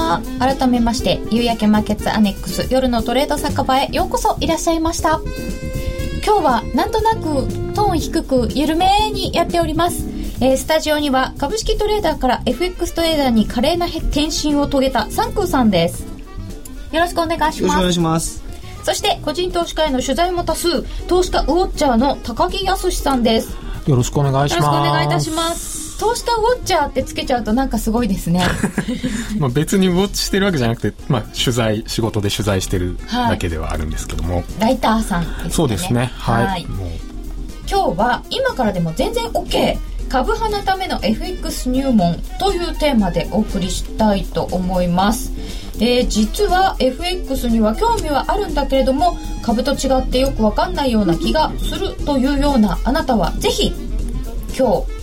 は。改めまして夕焼けマーケッツアネックス夜のトレード酒場へようこそいらっしゃいました。今日はなんとなくトーン低く緩めにやっております。スタジオには株式トレーダーから FX トレーダーに華麗な転身を遂げたサンクーさんです。よろしくお願いします。 よろしくお願いします。 そして個人投資家への取材も多数、投資家ウォッチャーの高木康さんです。 よろしくお願いします。 よろしくお願いいたします。投資家ウォッチャーってつけちゃうとなんかすごいですね。 別にウォッチしてるわけじゃなくて、仕事で取材してるだけではあるんですけども、 ライターさんですね。 そうですね。はい。 もう今日は今からでも全然 OK、株派のための FX 入門というテーマでお送りしたいと思います。実は FX には興味はあるんだけれども、株と違ってよく分かんないような気がするというようなあなたは、ぜひ今日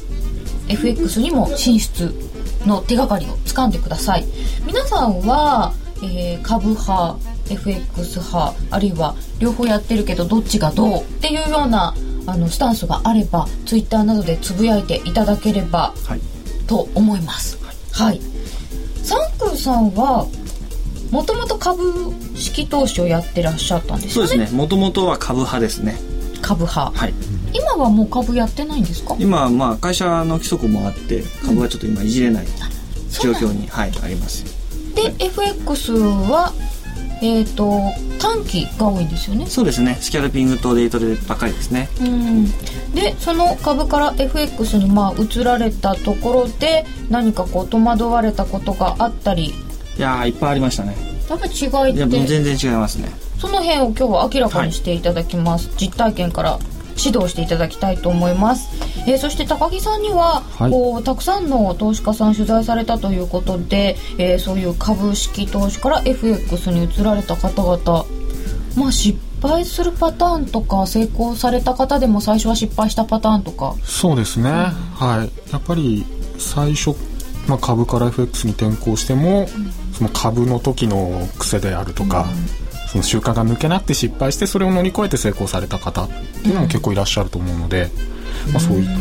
FX にも進出の手がかりを掴んでください。皆さんは、株派、FX 派、あるいは両方やってるけどどっちがどうっていうようなスタンスがあれば、ツイッターなどでつぶやいていただければ、と思います。はい。サンクーさんはもともと株式投資をやってらっしゃったんですよね。 そうですね。もともとは株派ですね。 株派。はい。今はもう株やってないんですか？ 今は会社の規則もあって株はちょっと今いじれない状況に、あります。 で、FX は短期が多いんですよね。 そうですね。スキャルピングとデイトレばっかりですね。 で、その株から FX に移られたところで何か戸惑われたことがあったり？ いやいっぱいありましたね。 やっぱり違いって？ 全然違いますね。その辺を今日は明らかにしていただきます。実体験から指導していただきたいと思います。そして高木さんには、たくさんの投資家さん取材されたということで、そういう株式投資から FX に移られた方々、失敗するパターンとか、成功された方でも最初は失敗したパターンとか。 そうですね、やっぱり最初、株から FX に転向しても、その株の時の癖であるとか、その習慣が抜けなくて失敗して、それを乗り越えて成功された方っていうのも結構いらっしゃると思うので、そういった、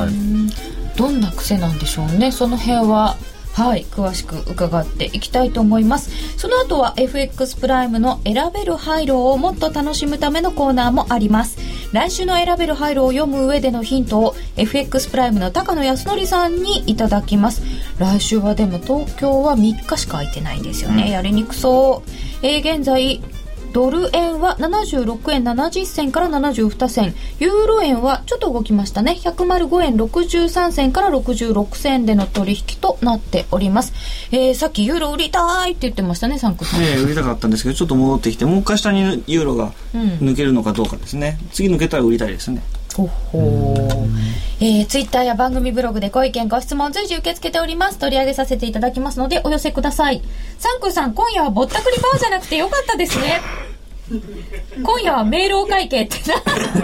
どんな癖なんでしょうね。その辺は詳しく伺っていきたいと思います。その後は FX プライムの選べる廃炉をもっと楽しむためのコーナーもあります。来週の選べる廃炉を読む上でのヒントを FX プライムの高野康則さんにいただきます。来週はでも東京は3日しか空いてないんですよね。やりにくそう。現在ドル円は76円70銭から72銭、ユーロ円はちょっと動きましたね。105円63銭から66銭での取引となっております。さっきユーロ売りたいって言ってましたね、サンクさん。 売りたかったんですけど、ちょっと戻ってきて、もう一回下にユーロが抜けるのかどうかですね。次抜けたら売りたいですね。 ツイッターや番組ブログでご意見ご質問随時受け付けております。取り上げさせていただきますのでお寄せください。サンクさん、今夜はぼったくりバーじゃなくてよかったですね。今夜は明朗会計って返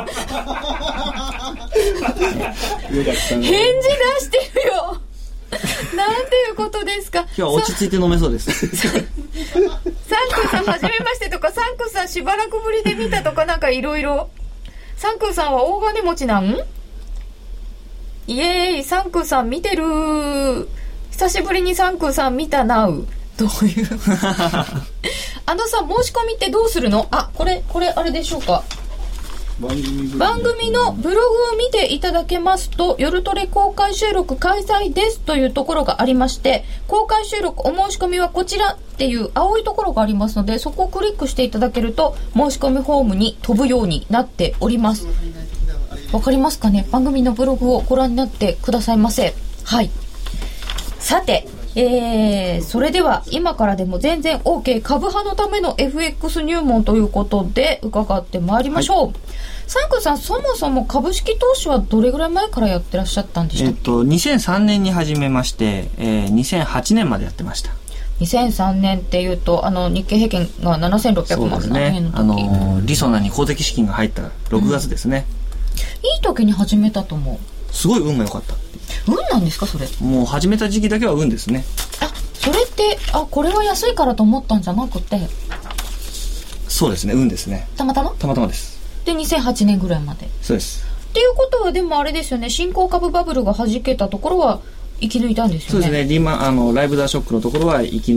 事出してるよ。なんていうことですか。 今日は落ち着いて飲めそうです。 サンクさんはじめましてとか、サンクさんしばらくぶりで見たとか、なんかいろいろ。サンクさんは大金持ちなん？イエーイ、サンクさん見てる。久しぶりにサンクさん見たなう。どういうさ、申し込みってどうするの？これあれでしょうか。番組のブログを見ていただけますと、夜トレ公開収録開催ですというところがありまして、公開収録お申し込みはこちらっていう青いところがありますので、そこをクリックしていただけると申し込みフォームに飛ぶようになっております。わかりますかね。番組のブログをご覧になってくださいませ。さて、それでは今からでも全然 OK 株派のための FX 入門ということで伺ってまいりましょう。サンクさん、そもそも株式投資はどれぐらい前からやってらっしゃったんでしたっけ ？2003年に始めまして、2008年までやってました。 2003年っていうと日経平均が7600万円の時、 りそなに公的資金が入った6月ですね。 いい時に始めたと思う。 すごい運が良かった。 運なんですかそれ？ もう始めた時期だけは運ですね。 それってこれは安いからと思ったんじゃなくて？ そうですね、運ですね。 たまたまです。 で2008年ぐらいまで。 そうです。 っていうことはでもあれですよね、新興株バブルが弾けたところは生き抜いたんですよね。 そうですね。ライブダーショックのところは生き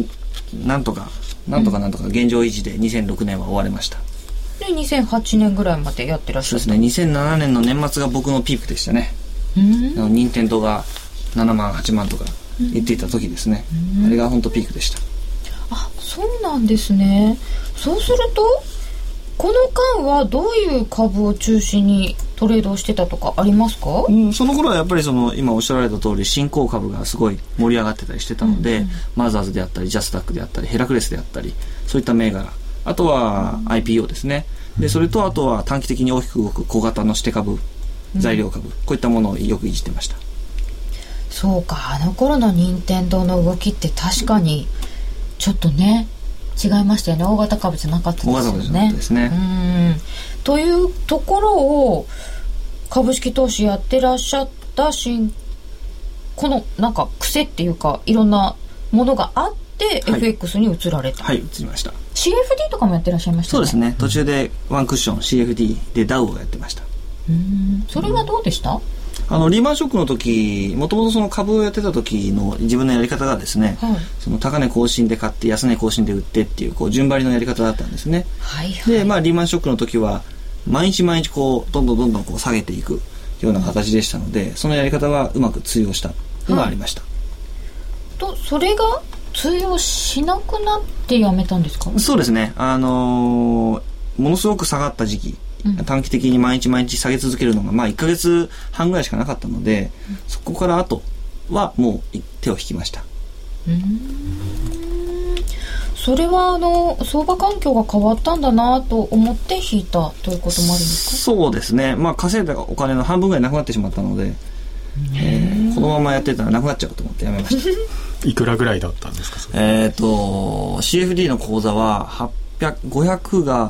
なんとか現状維持で2006年は終われました。 で2008年ぐらいまでやってらっしゃった。 そうですね、2007年の年末が僕のピークでしたね。任天堂が7万8万とか言っていた時ですね。あれが本当ピークでした。 あ、そうなんですね。そうするとこの間はどういう株を中心にトレードをしてたとかありますか？ その頃はやっぱり今おっしゃられた通り新興株がすごい盛り上がってたりしてたので、マザーズであったりジャスダックであったりヘラクレスであったりそういった銘柄、あとは IPO ですね。でそれとあとは短期的に大きく動く小型の指定株、材料株、こういったものをよく維持してました。 そうか、あの頃の任天堂の動きって確かにちょっとね違いましたよね。大型株じゃなかったですよね。大型株じゃなかったですね。というところを株式投資やってらっしゃったこのなんか癖っていうかいろんなものがあって、はい、FX に移られた。 はい、移りました。 CFD とかもやってらっしゃいましたね。 そうですね、途中でワンクッション CFD で DAO をやってました。 それはどうでした？ リーマンショックの時、もともとその株をやってた時の自分のやり方がですね、はい、その高値更新で買って安値更新で売ってっていう、順張りのやり方だったんですね。はいはい、で、リーマンショックの時は毎日毎日どんどん下げていくような形でしたので、そのやり方がうまく通用したのがありました。 とそれが通用しなくなってやめたんですか？ そうですね。ものすごく下がった時期、短期的に毎日毎日下げ続けるのが1ヶ月半ぐらいしかなかったので、そこから後はもう手を引きました。 それは相場環境が変わったんだなと思って引いたということもあるんですか？ そうですね、稼いだお金の半分ぐらいなくなってしまったので、このままやってたらなくなっちゃうと思ってやめましたいくらぐらいだったんですか？ CFD の口座は500が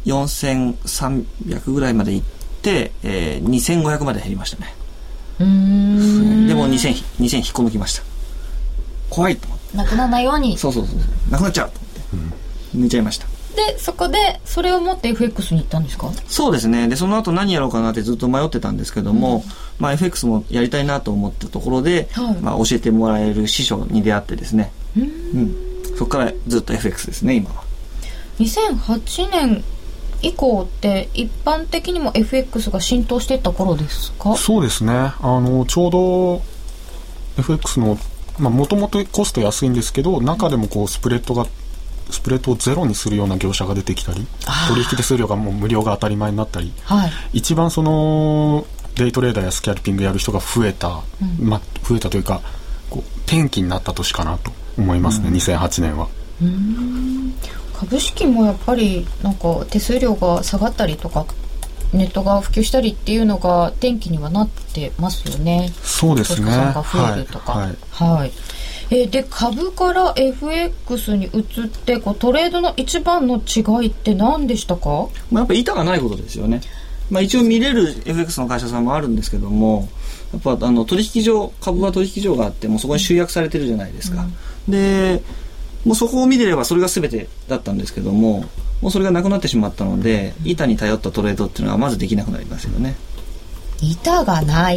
4300ぐらいまで行って、2500まで減りましたね。でも2000引っこ抜きました。怖いと思ってなくならないように。 そうなくなっちゃうと思って、抜いちゃいました。 でそこでそれを持って FX に行ったんですか？そうですね。でその後何やろうかなってずっと迷ってたんですけども、FX もやりたいなと思ったところで、教えてもらえる師匠に出会ってですね、そこからずっと FX ですね。今は 2008年以降って一般的にも FX が浸透していった頃ですか？ そうですね。ちょうど FX のもともとコスト安いんですけど、中でもスプレッドをゼロにするような業者が出てきたり、取引手数料がもう無料が当たり前になったり、一番デイトレーダーやスキャルピングやる人が増えたというか転機になった年かなと思いますね。2008年は。 株式もやっぱりなんか手数料が下がったりとかネットが普及したりっていうのが転機にはなってますよね。 そうですね。 さんが増えるとか、で株から FX に移ってトレードの一番の違いって何でしたか？ やっぱり板がないことですよね。一応見れる FX の会社さんもあるんですけども、やっぱ取引所、株は取引所があってもうそこに集約されてるじゃないですか。でもうそこを見てればそれが全てだったんですけども、もうそれがなくなってしまったので、板に頼ったトレードっていうのはまずできなくなりますよね。 板がない。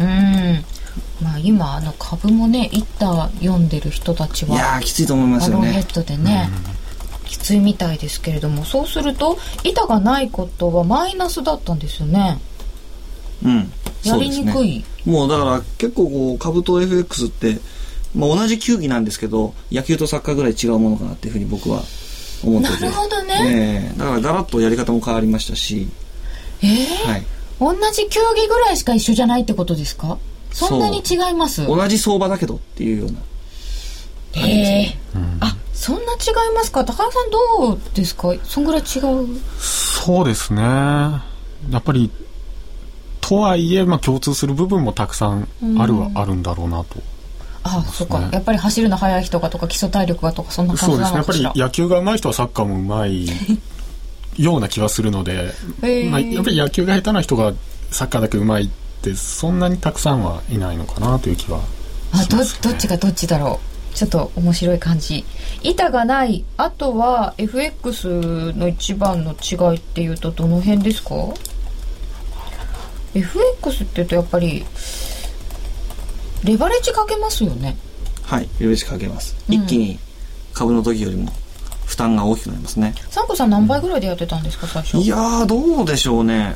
今株もね、板読んでる人たちはきついと思いますよね。 アローヘッドでね、きついみたいですけれども、そうすると板がないことはマイナスだったんですよね。やりにくい。 もうだから結構株と FX って同じ球技なんですけど、野球とサッカーぐらい違うものかなっていうふうに僕は思ってて。 なるほどね。 だからガラッとやり方も変わりましたし、 同じ球技ぐらいしか一緒じゃないってことですか？そんなに違います？ 同じ相場だけどっていうような感じですね。 そんな違いますか？高橋さんどうですか？そんぐらい違う？ そうですね。やっぱりとはいえ共通する部分もたくさんあるんだろうなと。 そうか。やっぱり走るの速い人がとか基礎体力がとかそんな感じなのかしら。 そうですね。やっぱり野球が上手い人はサッカーも上手いような気はするので、やっぱり野球が下手な人がサッカーだけ上手いってそんなにたくさんはいないのかなという気はしますね。 どっちがどっちだろう。ちょっと面白い感じ。板がない。あとは FX の一番の違いっていうとどの辺ですか？ FX っていうとやっぱりレバレッジかけますよね。 レバレッジかけます。一気に株の時よりも負担が大きくなりますね。 サンコさん何倍ぐらいでやってたんですか、最初。 いやー、どうでしょうね。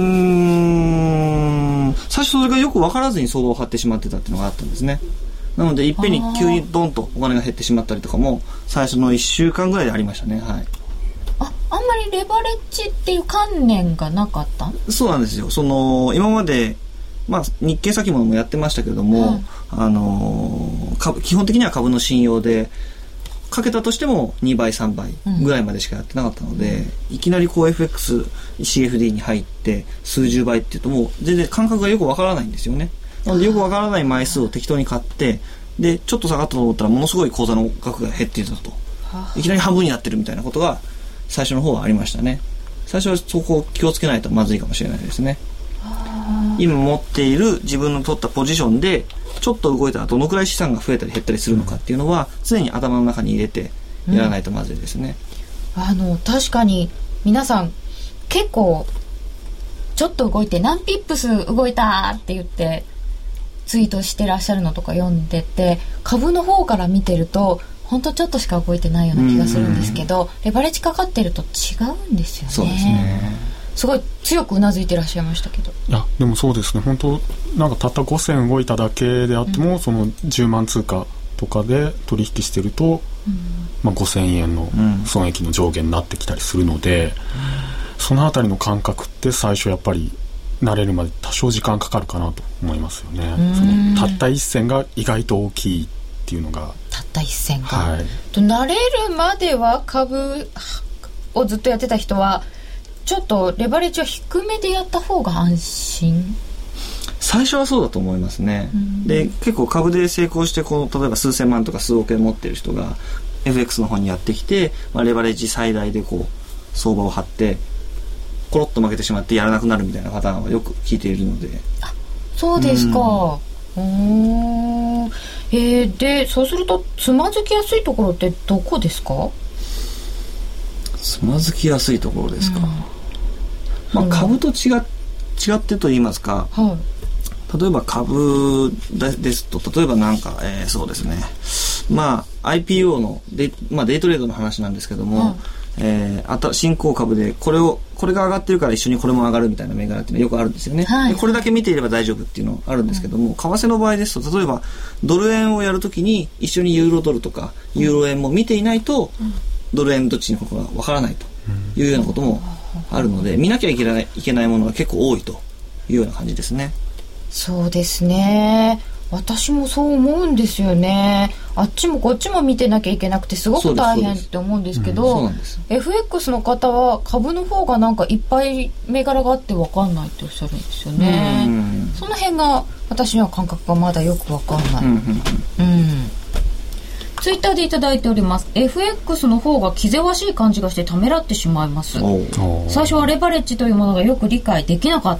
最初それがよく分からずに相場を張ってしまってたっていうのがあったんですね。なのでいっぺんに急にドンとお金が減ってしまったりとかも最初の1週間ぐらいでありましたね。はい。 あんまりレバレッジっていう観念がなかった？ そうなんですよ。今まで、日経先物もやってましたけれども、基本的には株の信用でかけたとしても2倍3倍ぐらいまでしかやってなかったので、いきなりこう FX CFD に入って数十倍っていうともう全然感覚がよくわからないんですよね。なのでよくわからない枚数を適当に買って、でちょっと下がったと思ったらものすごい口座の額が減っていたと、いきなり半分になってるみたいなことが最初の方はありましたね。最初はそこを気をつけないとまずいかもしれないですね。今持っている自分の取ったポジションでちょっと動いたらどのくらい資産が増えたり減ったりするのかっていうのは常に頭の中に入れてやらないとまずいですね。 確かに皆さん結構ちょっと動いて何ピップス動いたって言ってツイートしてらっしゃるのとか読んでて、株の方から見てるとほんとちょっとしか動いてないような気がするんですけど、レバレッジかかってると違うんですよね。 そうですね。 すごい強くうなずいてらっしゃいましたけど。 いやでもそうですね、本当なんかたった5銭動いただけであっても、その10万通貨とかで取引してると、5000円の損益の上限になってきたりするので、そのあたりの感覚って最初やっぱり慣れるまで多少時間かかるかなと思いますよね。たった1銭が意外と大きいっていうのが、 たった1銭が、 はい、 慣れるまでは株をずっとやってた人はちょっとレバレッジは低めでやった方が安心。 最初はそうだと思いますね。で結構株で成功して例えば数千万とか数億円持ってる人が FX の方にやってきて、レバレッジ最大で相場を張ってコロッと負けてしまってやらなくなるみたいなパターンはよく聞いているので。 あ、そうですか。でそうするとつまずきやすいところってどこですか？ つまずきやすいところですか。株と違ってと言いますか、例えば株ですと、例えばそうですね、IPO のデイトレードの話なんですけども、新興株でこれが上がってるから一緒にこれも上がるみたいな銘柄っていうのはよくあるんですよね。でこれだけ見ていれば大丈夫っていうのあるんですけども、為替の場合ですと、例えばドル円をやるときに一緒にユーロドルとかユーロ円も見ていないと、ドル円どっちの方がわからないというようなこともあるので、見なきゃいけないものが結構多いというような感じですね。 そうですね。私もそう思うんですよね。あっちもこっちも見てなきゃいけなくてすごく大変って思うんですけど、FX の方は株の方がいっぱい銘柄があって分かんないっておっしゃるんですよね。その辺が私には感覚がまだよく分かんない。ツイッターでいただいております。 FX の方が気ぜわしい感じがしてためらってしまいます。最初はレバレッジというものがよく理解できなかった。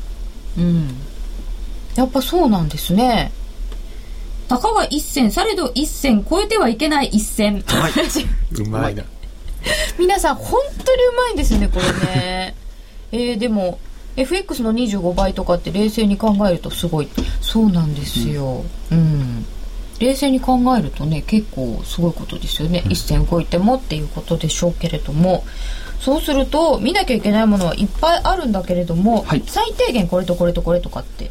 やっぱそうなんですね。たかが1銭、されど1銭超えてはいけない1銭。 うまいな。 皆さん本当にうまいんですよねこれね。でも FX の25倍とかって冷静に考えるとすごい。そうなんですよ。冷静に考えるとね結構すごいことですよね。1銭動いてもっていうことでしょうけれども、そうすると見なきゃいけないものはいっぱいあるんだけれども、最低限これとこれとこれとかって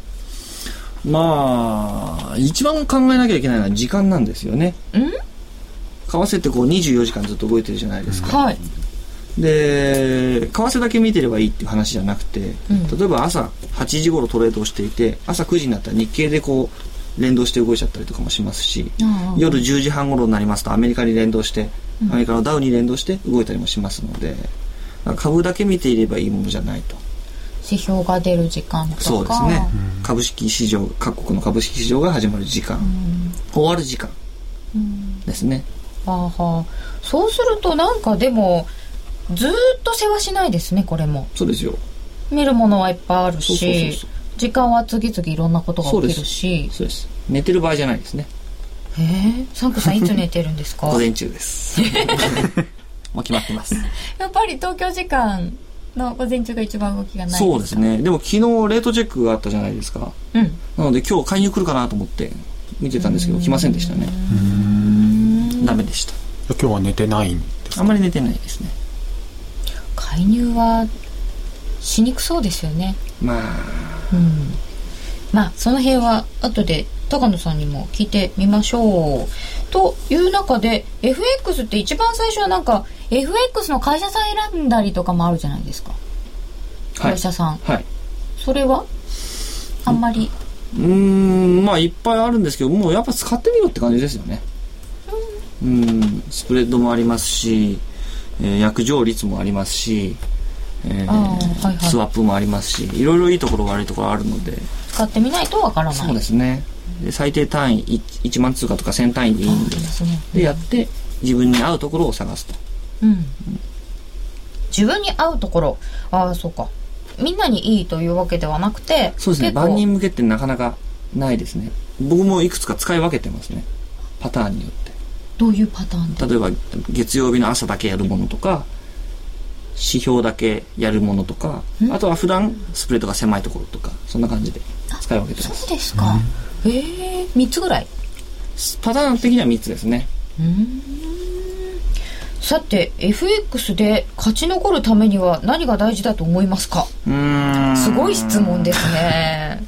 一番考えなきゃいけないのは時間なんですよね。為替って24時間ずっと動いてるじゃないですか。で為替だけ見てればいいっていう話じゃなくて、例えば朝8時頃トレードをしていて、朝9時になったら日経で連動して動いちゃったりとかもしますし、夜10時半頃になりますとアメリカに連動して、アメリカのダウに連動して動いたりもしますので、株だけ見ていればいいものじゃないと。 指標が出る時間とか。 そうですね。株式市場、各国の株式市場が始まる時間、終わる時間ですね。 そうするとでもずっと世話しないですね。これもそうですよ。 見るものはいっぱいあるし、時間は次々いろんなことが起きるし。 そうです。寝てる場合じゃないですね。 サンコさんいつ寝てるんですか？ 午前中ですもう決まってます。 やっぱり東京時間の午前中が一番動きがないですか？ そうですね。でも昨日レートチェックがあったじゃないですか。なので今日介入来るかなと思って見てたんですけど来ませんでしたね。ダメでした。 今日は寝てないんですか？ あんまり寝てないですね。 介入はしにくそうですよね。 まあその辺は後で高野さんにも聞いてみましょう。という中で FX って一番最初はなんか FX の会社さん選んだりとかもあるじゃないですか。会社さん、 はい、 それはあんまりまあいっぱいあるんですけど、もうやっぱ使ってみろって感じですよね。スプレッドもありますし、約定率もありますし、スワップもありますし、いろいろいいところ悪いところあるので使ってみないとわからない。 そうですね。で最低単位1万通貨とか1000単位でいいんで、でやって自分に合うところを探すと、 自分に合うところ、そうか、みんなにいいというわけではなくて、 そうですね、万人向けってなかなかないですね。僕もいくつか使い分けてますね、パターンによって。 どういうパターンで？ 例えば月曜日の朝だけやるものとか、指標だけやるものとか、あとは普段スプレッドが狭いところとか、そんな感じで使い分けてます。 そうですか。3つぐらい。 パターン的には3つですね。 さて FX で勝ち残るためには何が大事だと思いますか？すごい質問ですね。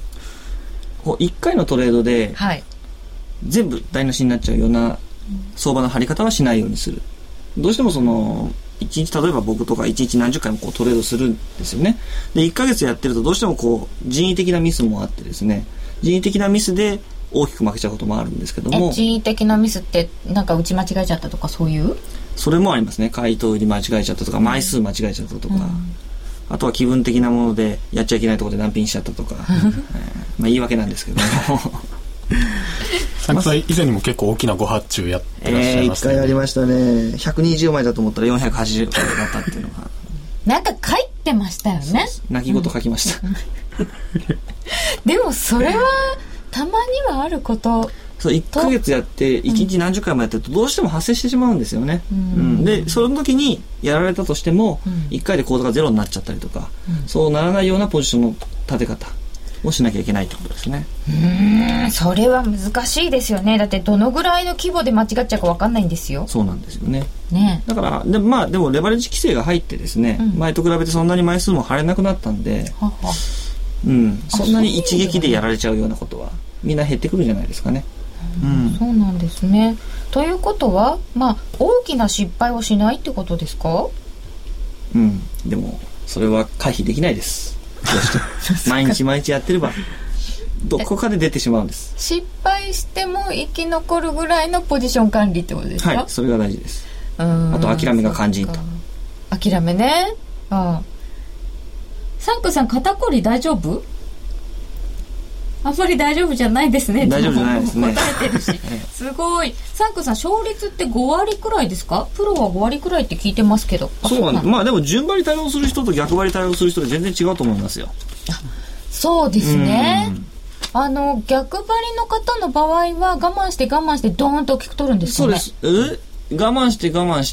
1回のトレードで全部台無しになっちゃうような相場の張り方はしないようにする。どうしてもその1日、例えば僕とか1日何十回もこうトレードするんですよね。で1ヶ月やってるとどうしてもこう人為的なミスもあってですね、人為的なミスで大きく負けちゃうこともあるんですけども。 人為的なミスってなんか打ち間違えちゃったとかそういう？それもありますね。回答売り間違えちゃったとか、枚数間違えちゃったとか、あとは気分的なものでやっちゃいけないところで難品しちゃったとか、言い訳なんですけどもさん以前にも結構大きなご発注やってらっしゃいましたね。 1回ありましたね。120枚だと思ったら480枚だったっていうのがなんか書いてましたよね。 泣き言書きました、 でもそれはたまにはあること。 そう1ヶ月やって1日何十回もやってるとどうしても発生してしまうんですよね、でその時にやられたとしても1回で口座がゼロになっちゃったりとか、そうならないようなポジションの立て方をしなきゃいけないってことですね。 それは難しいですよね。だってどのぐらいの規模で間違っちゃうか分かんないんですよ。 そうなんですよね。だからでもレバレッジ規制が入ってですね、前と比べてそんなに枚数も貼れなくなったんで、そんなに一撃でやられちゃうようなことはみんな減ってくるんじゃないですかね。 そうなんですね。ということは、大きな失敗をしないってことですか？ でもそれは回避できないです。毎日毎日やってればどこかで出てしまうんです。 失敗しても生き残るぐらいのポジション管理ってことですか？ はい、それが大事です。あと諦めが肝心と。 諦めね。サンクさん、肩こり大丈夫？あんまり大丈夫じゃないですね。 大丈夫じゃないですね。 答えてるしすごい。サンクさん、勝率って5割くらいですか？プロは5割くらいって聞いてますけど。 そうなんです。でも順張り対応する人と逆張り対応する人で全然違うと思いますよ。 そうですね。逆張りの方の場合は我慢してドーンと大きく取るんですよね。 そうです。我慢して、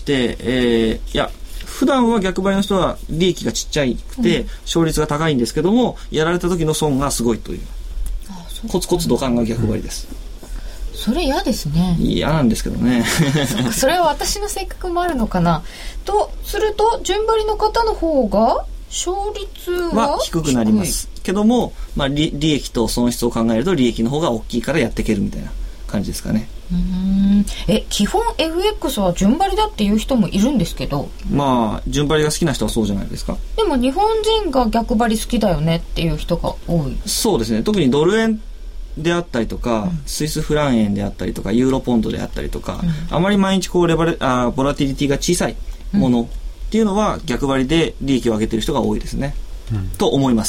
いや普段は逆張りの人は利益がちっちゃくて、勝率が高いんですけども、やられた時の損がすごいという。コツコツドカンが逆張りです。 それ嫌ですね。 嫌なんですけどねそれは私の性格もあるのかなとすると、順張りの方の方が勝率は低くなりますけども、利益と損失を考えると利益の方が大きいからやっていけるみたいな感じですかね。 基本 FX は順張りだっていう人もいるんですけど、 順張りが好きな人はそうじゃないですか。 でも日本人が逆張り好きだよねっていう人が多い。 そうですね。特にドル円であったりとか、スイスフラン円であったりとか、ユーロポンドであったりとか、あまり毎日こうボラティリティが小さいものっていうのは逆張りで利益を上げてる人が多いですね、と思います。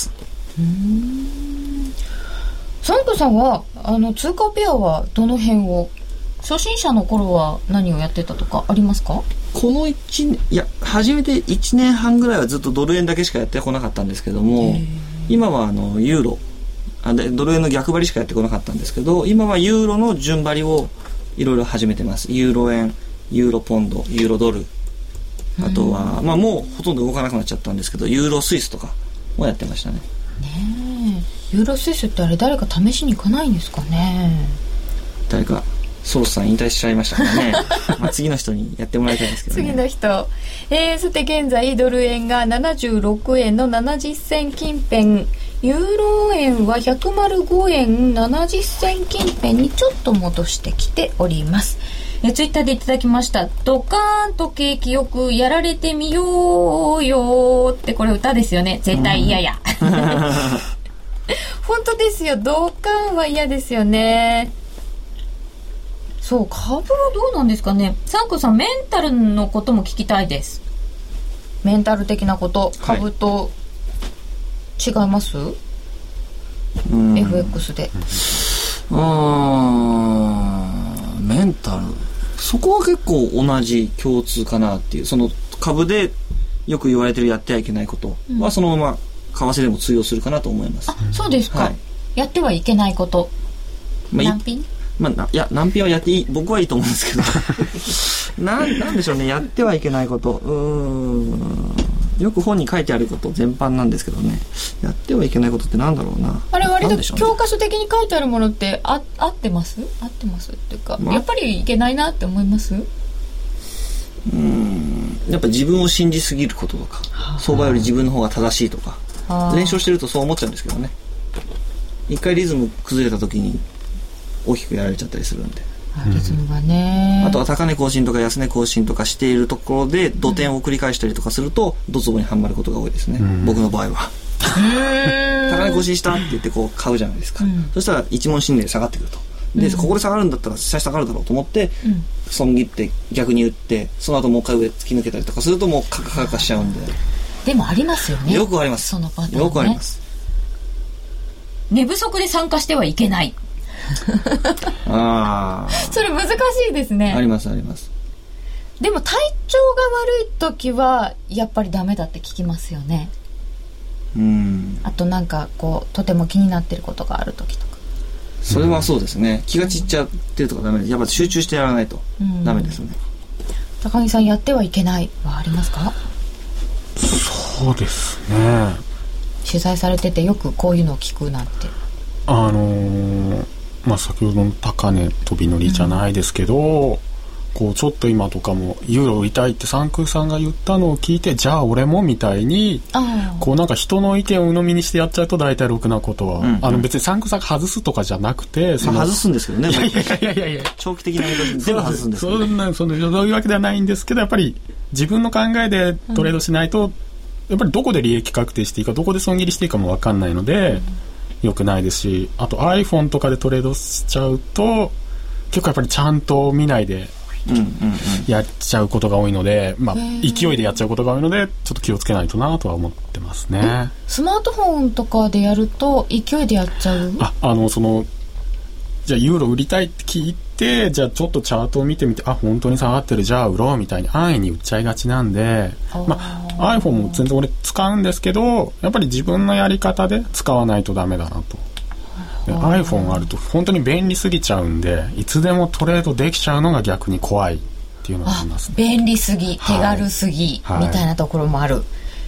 サンクさんは通貨ペアはどの辺を、初心者の頃は何をやってたとかありますか？ この初めて1年半ぐらいはずっとドル円だけしかやってこなかったんですけども、今はユーロドル円の逆張りしかやってこなかったんですけど、今はユーロの順張りをいろいろ始めてます。ユーロ円、ユーロポンド、ユーロドル、あとは、もうほとんど動かなくなっちゃったんですけど、ユーロスイスとかもやってましたね。 ユーロスイスってあれ誰か試しに行かないんですかね？ 誰かソロスさん引退しちゃいましたからねまあ次の人にやってもらいたいですけどね。 次の人、さて現在ドル円が76円の70銭近辺、ユーロ円は105円70銭近辺にちょっと戻してきております。ツイッターでいただきました。ドカーンと景気よくやられてみようよって、これ歌ですよね。絶対嫌や本当ですよ。ドカーンは嫌ですよね。そう、株はどうなんですかね。サンクさん、メンタルのことも聞きたいです。メンタル的なこと、株と違います？ FX で。 メンタル、そこは結構同じ共通かなっていう。その株でよく言われてるやってはいけないことはそのまま為替でも通用するかなと思います。 あ、そうですか。はい、やってはいけないこと、難品？ いや、難品はやっていい、僕はいいと思うんですけどなんでしょうね、やってはいけないこと、よく本に書いてあること全般なんですけどね、やってはいけないことってなんだろうな。 あれ割と教科書的に書いてあるものって合ってますっていうか、やっぱりいけないなって思います？ やっぱ自分を信じすぎることとか、相場より自分の方が正しいとか、連勝してるとそう思っちゃうんですけどね。一回リズム崩れた時に大きくやられちゃったりするんで、 リズムがね。 あとは高値更新とか安値更新とかしているところで土点を繰り返したりとかするとドツボにはまることが多いですね、僕の場合は高値更新したって言ってこう買うじゃないですか、そしたら一文心理で下がってくると。で、ここで下がるんだったら下がるだろうと思って、損切って逆に売って、その後もう一回上突き抜けたりとかするともうカカカカしちゃうんで。 でもありますよね。 よくあります。 そのパターンね。 よくあります。寝不足で参加してはいけないそれ難しいですね。 ありますあります。 でも体調が悪い時はやっぱりダメだって聞きますよね。あとなんかこうとても気になってることがある時とか。 それはそうですね。気が散っちゃってるとかダメです。やっぱ集中してやらないとダメですね。 高木さん、やってはいけないはありますか？ そうですね。 取材されててよくこういうのを聞くなんて。 先ほどの高値飛び乗りじゃないですけど、こうちょっと今とかもユーロ売りたいってサンクーさんが言ったのを聞いて、じゃあ俺もみたいにこうなんか人の意見を鵜呑みにしてやっちゃうと大体ろくなことは、別にサンクーさんが外すとかじゃなくて、 外すんですけどね。いや長期的な間全部外すんですけど、 ね、そういうわけではないんですけど、やっぱり自分の考えでトレードしないと、やっぱりどこで利益確定していいかどこで損切りしていいかも分かんないので、良くないですし、あと iPhone とかでトレードしちゃうと結構やっぱりちゃんと見ないでやっちゃうことが多いので、勢いでやっちゃうことが多いので、ちょっと気をつけないとなとは思ってますね。 スマートフォンとかでやると勢いでやっちゃう？ じゃあユーロ売りたいって聞いて、じゃあちょっとチャートを見てみて、本当に下がってる、じゃあ売ろうみたいに安易に売っちゃいがちなんで、iPhone も全然俺使うんですけど、やっぱり自分のやり方で使わないとダメだなと。iPhone あると本当に便利すぎちゃうんで、いつでもトレードできちゃうのが逆に怖いっていうのがありますね。 便利すぎ、手軽すぎ、みたいなところもある。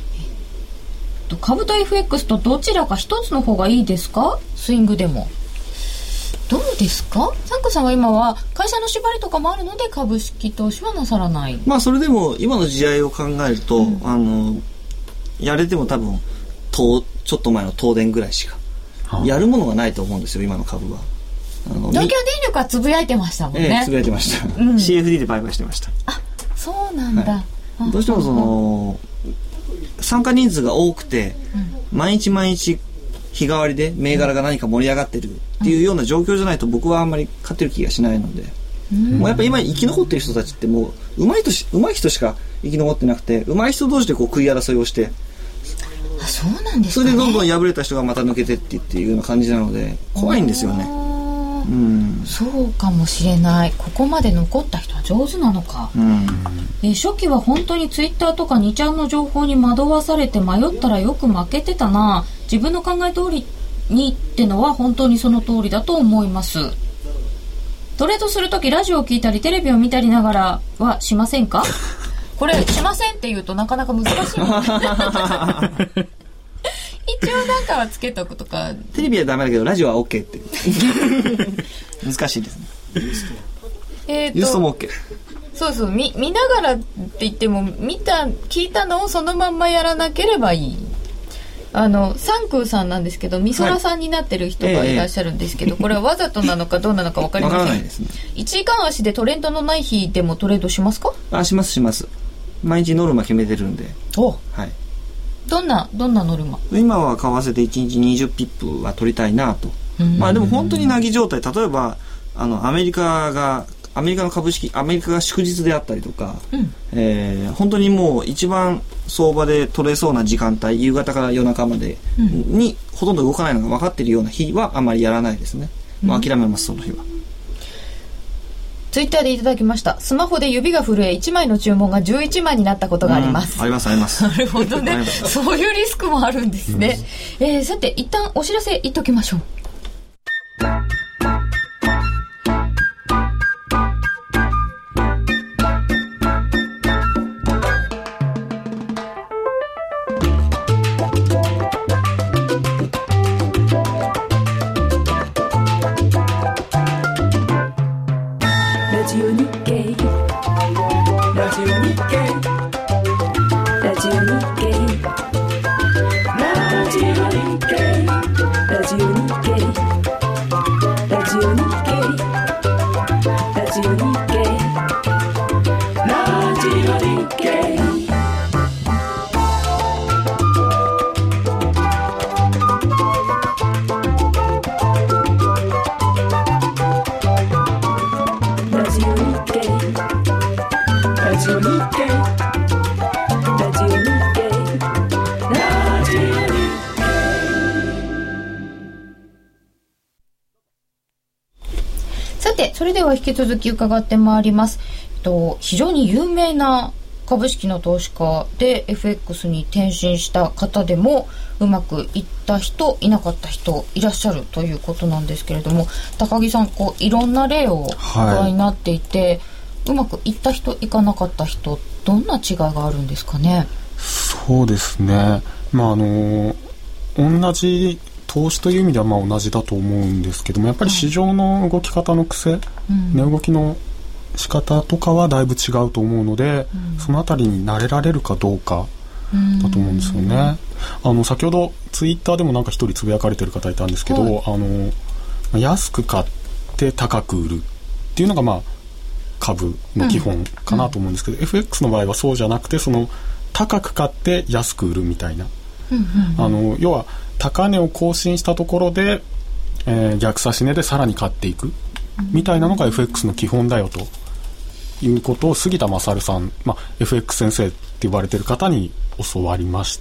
株と FX とどちらか一つの方がいいですか？スイングでもどうですか？サンクさんは今は会社の縛りとかもあるので株式投資はなさらない。 それでも今の時代を考えると、やれても多分ちょっと前の東電ぐらいしかやるものがないと思うんですよ、今の株は。 東京電力はつぶやいてましたもんね。 つぶやいてました、CFD で売買してました。 そうなんだ、 どうしても参加人数が多くて、毎日毎日日替わりで銘柄が何か盛り上がってるっていうような状況じゃないと僕はあんまり勝ってる気がしないので、もうやっぱり今生き残ってる人たちってもう上手い人しか生き残ってなくて、上手い人同士でこう食い争いをして、 そうなんですかね。 それでどんどん敗れた人がまた抜けてっていうような感じなので怖いんですよね。 そうかもしれない。ここまで残った人は上手なのか。初期は本当にツイッターとか2ちゃんの情報に惑わされて迷ったらよく負けてたな。自分の考え通りにってのは本当にその通りだと思います。トレードするときラジオを聞いたりテレビを見たりながらはしませんか？これしませんって言うとなかなか難しい一応なんかはつけとくとか。 テレビはダメだけどラジオは OK って難しいですね。 ユーストも OK。 そうそう、見ながらって言っても聞いたのをそのまんまやらなければいい。サンクーさんなんですけど、みそらさんになってる人がいらっしゃるんですけど、これはわざとなのかどうなのか分かりません。 分からないですね。 1時間足でトレンドのない日でもトレードしますか？ します。毎日ノルマ決めてるんで。 はい。どんなノルマ？ 今は為替で1日20ピップは取りたいなと。でも本当になぎ状態、例えばアメリカの株式、アメリカが祝日であったりとか、本当にもう一番相場で取れそうな時間帯、夕方から夜中までにほとんど動かないのが分かっているような日はあまりやらないですね。諦めます、その日は。 ツイッターでいただきました。スマホで指が震え1枚の注文が11枚になったことがあります。 あります。 なるほどね。そういうリスクもあるんですね。さて一旦お知らせ言っときましょう。それでは引き続き伺ってまいります。非常に有名な株式の投資家で FX に転身した方でもうまくいった人いなかった人いらっしゃるということなんですけれども、高木さんいろんな例をご覧になっていて、うまくいった人いかなかった人どんな違いがあるんですかね？ そうですね、同じ投資という意味では同じだと思うんですけども、やっぱり市場の動き方の癖、値動きの仕方とかはだいぶ違うと思うので、そのあたりに慣れられるかどうかだと思うんですよね。先ほどツイッターでも一人つぶやかれてる方いたんですけど、安く買って高く売るっていうのが株の基本かなと思うんですけど、FX の場合はそうじゃなくて、高く買って安く売るみたいな、要は高値を更新したところで、逆差し値でさらに買っていくみたいなのが FX の基本だよということを杉田勝さん、FX 先生って言われてる方に教わりまして、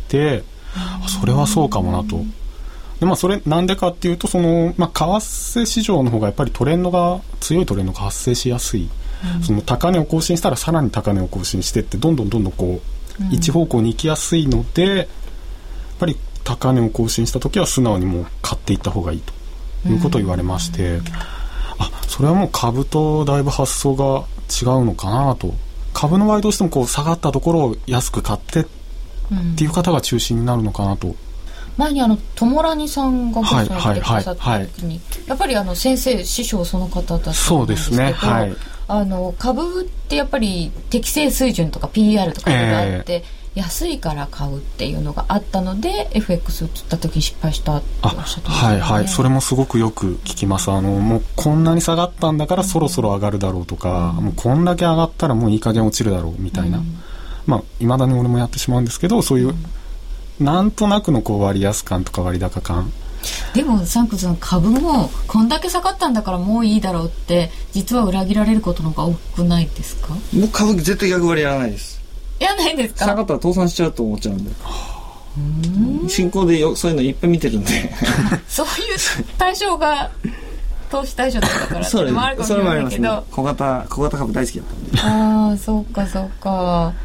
それはそうかもなと。でそれなんでかっていうと、為替市場の方がやっぱり強いトレンドが発生しやすい、高値を更新したらさらに高値を更新してってどんどん一方向に行きやすいので、やっぱり高値を更新したときは素直にもう買っていった方がいいということを言われまして、それはもう株とだいぶ発想が違うのかなと。株の場合どうしても下がったところを安く買ってっていう方が中心になるのかなと。 前にトモラニさんがご参加してくださった時に、やっぱり先生師匠その方だったんですけど、そうですね、株ってやっぱり適正水準とか PR とかがあって、安いから買うっていうのがあったので FX を釣った時に失敗したっておっしゃってましたね。 それもすごくよく聞きます。もうこんなに下がったんだからそろそろ上がるだろうとか、もうこんだけ上がったらもういい加減落ちるだろうみたいな、未だに俺もやってしまうんですけど、そういう、なんとなくの割安感とか割高感。 でもサンクさん、株もこんだけ下がったんだからもういいだろうって実は裏切られることの方が多くないですか？ もう株絶対逆張りやらないです。 やらないですか？ 下がったら倒産しちゃうと思っちゃうんで、進行でそういうのいっぱい見てるんでそういう対象が投資対象だったからっていうのもあるかもしれないけど、 小型株大好きだったんで。 そうか。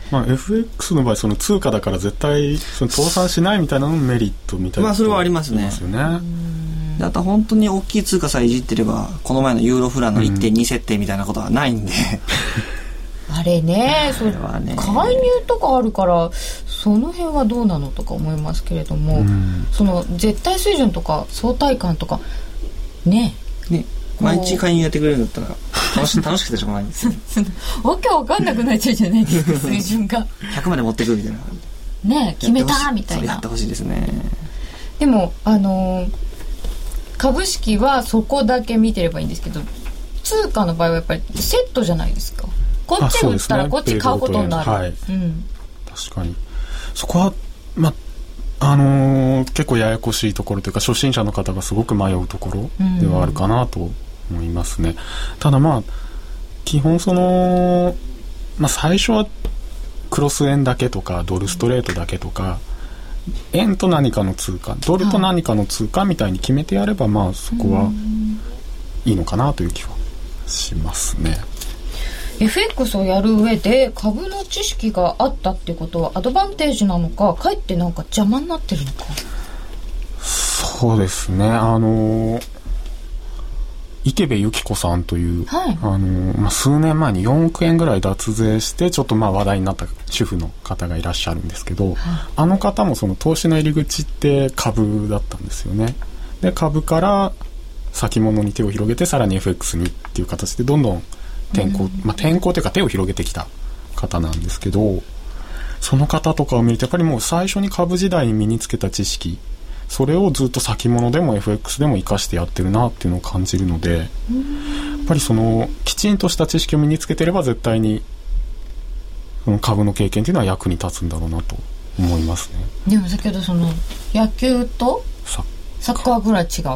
FX の場合通貨だから絶対倒産しないみたいなのもメリットみたいな、 それはありますね。であと本当に大きい通貨さえいじってれば、この前のユーロフランの 1.2 設定みたいなことはないんであれね、介入とかあるからその辺はどうなのとか思いますけれども、絶対水準とか相対感とかね、 毎日介入やってくれるんだったら楽しくてしょうがないんですよわけわかんなくなっちゃうじゃないですか水準が 100まで持ってくるみたいなね、決めたみたいな。 やってほしいですね。 でも株式はそこだけ見てればいいんですけど、通貨の場合はやっぱりセットじゃないですか。こっちに売ったらこっち買うことになる。はい、うん、 確かにそこは結構ややこしいところというか、初心者の方がすごく迷うところではあるかなと思いますね。ただ基本最初はクロス円だけとかドルストレートだけとか、円と何かの通貨、ドルと何かの通貨みたいに決めてやれば、そこはいいのかなという気はしますね。 FX をやる上で株の知識があったってことはアドバンテージなのか、かえってなんか邪魔になってるのか。 そうですね、池部由紀子さんという、はい、数年前に4億円ぐらい脱税してちょっと話題になった主婦の方がいらっしゃるんですけど、はい、あの方もその投資の入り口って株だったんですよね。で株から先物に手を広げて、さらに FX にっていう形でどんどん転向というか手を広げてきた方なんですけど、その方とかを見るとやっぱりもう最初に株時代に身につけた知識、それをずっと先物でも FX でも活かしてやってるなっていうのを感じるので、やっぱりきちんとした知識を身につけてれば絶対にその株の経験っていうのは役に立つんだろうなと思いますね。 でもだけど野球とサッカーぐらい違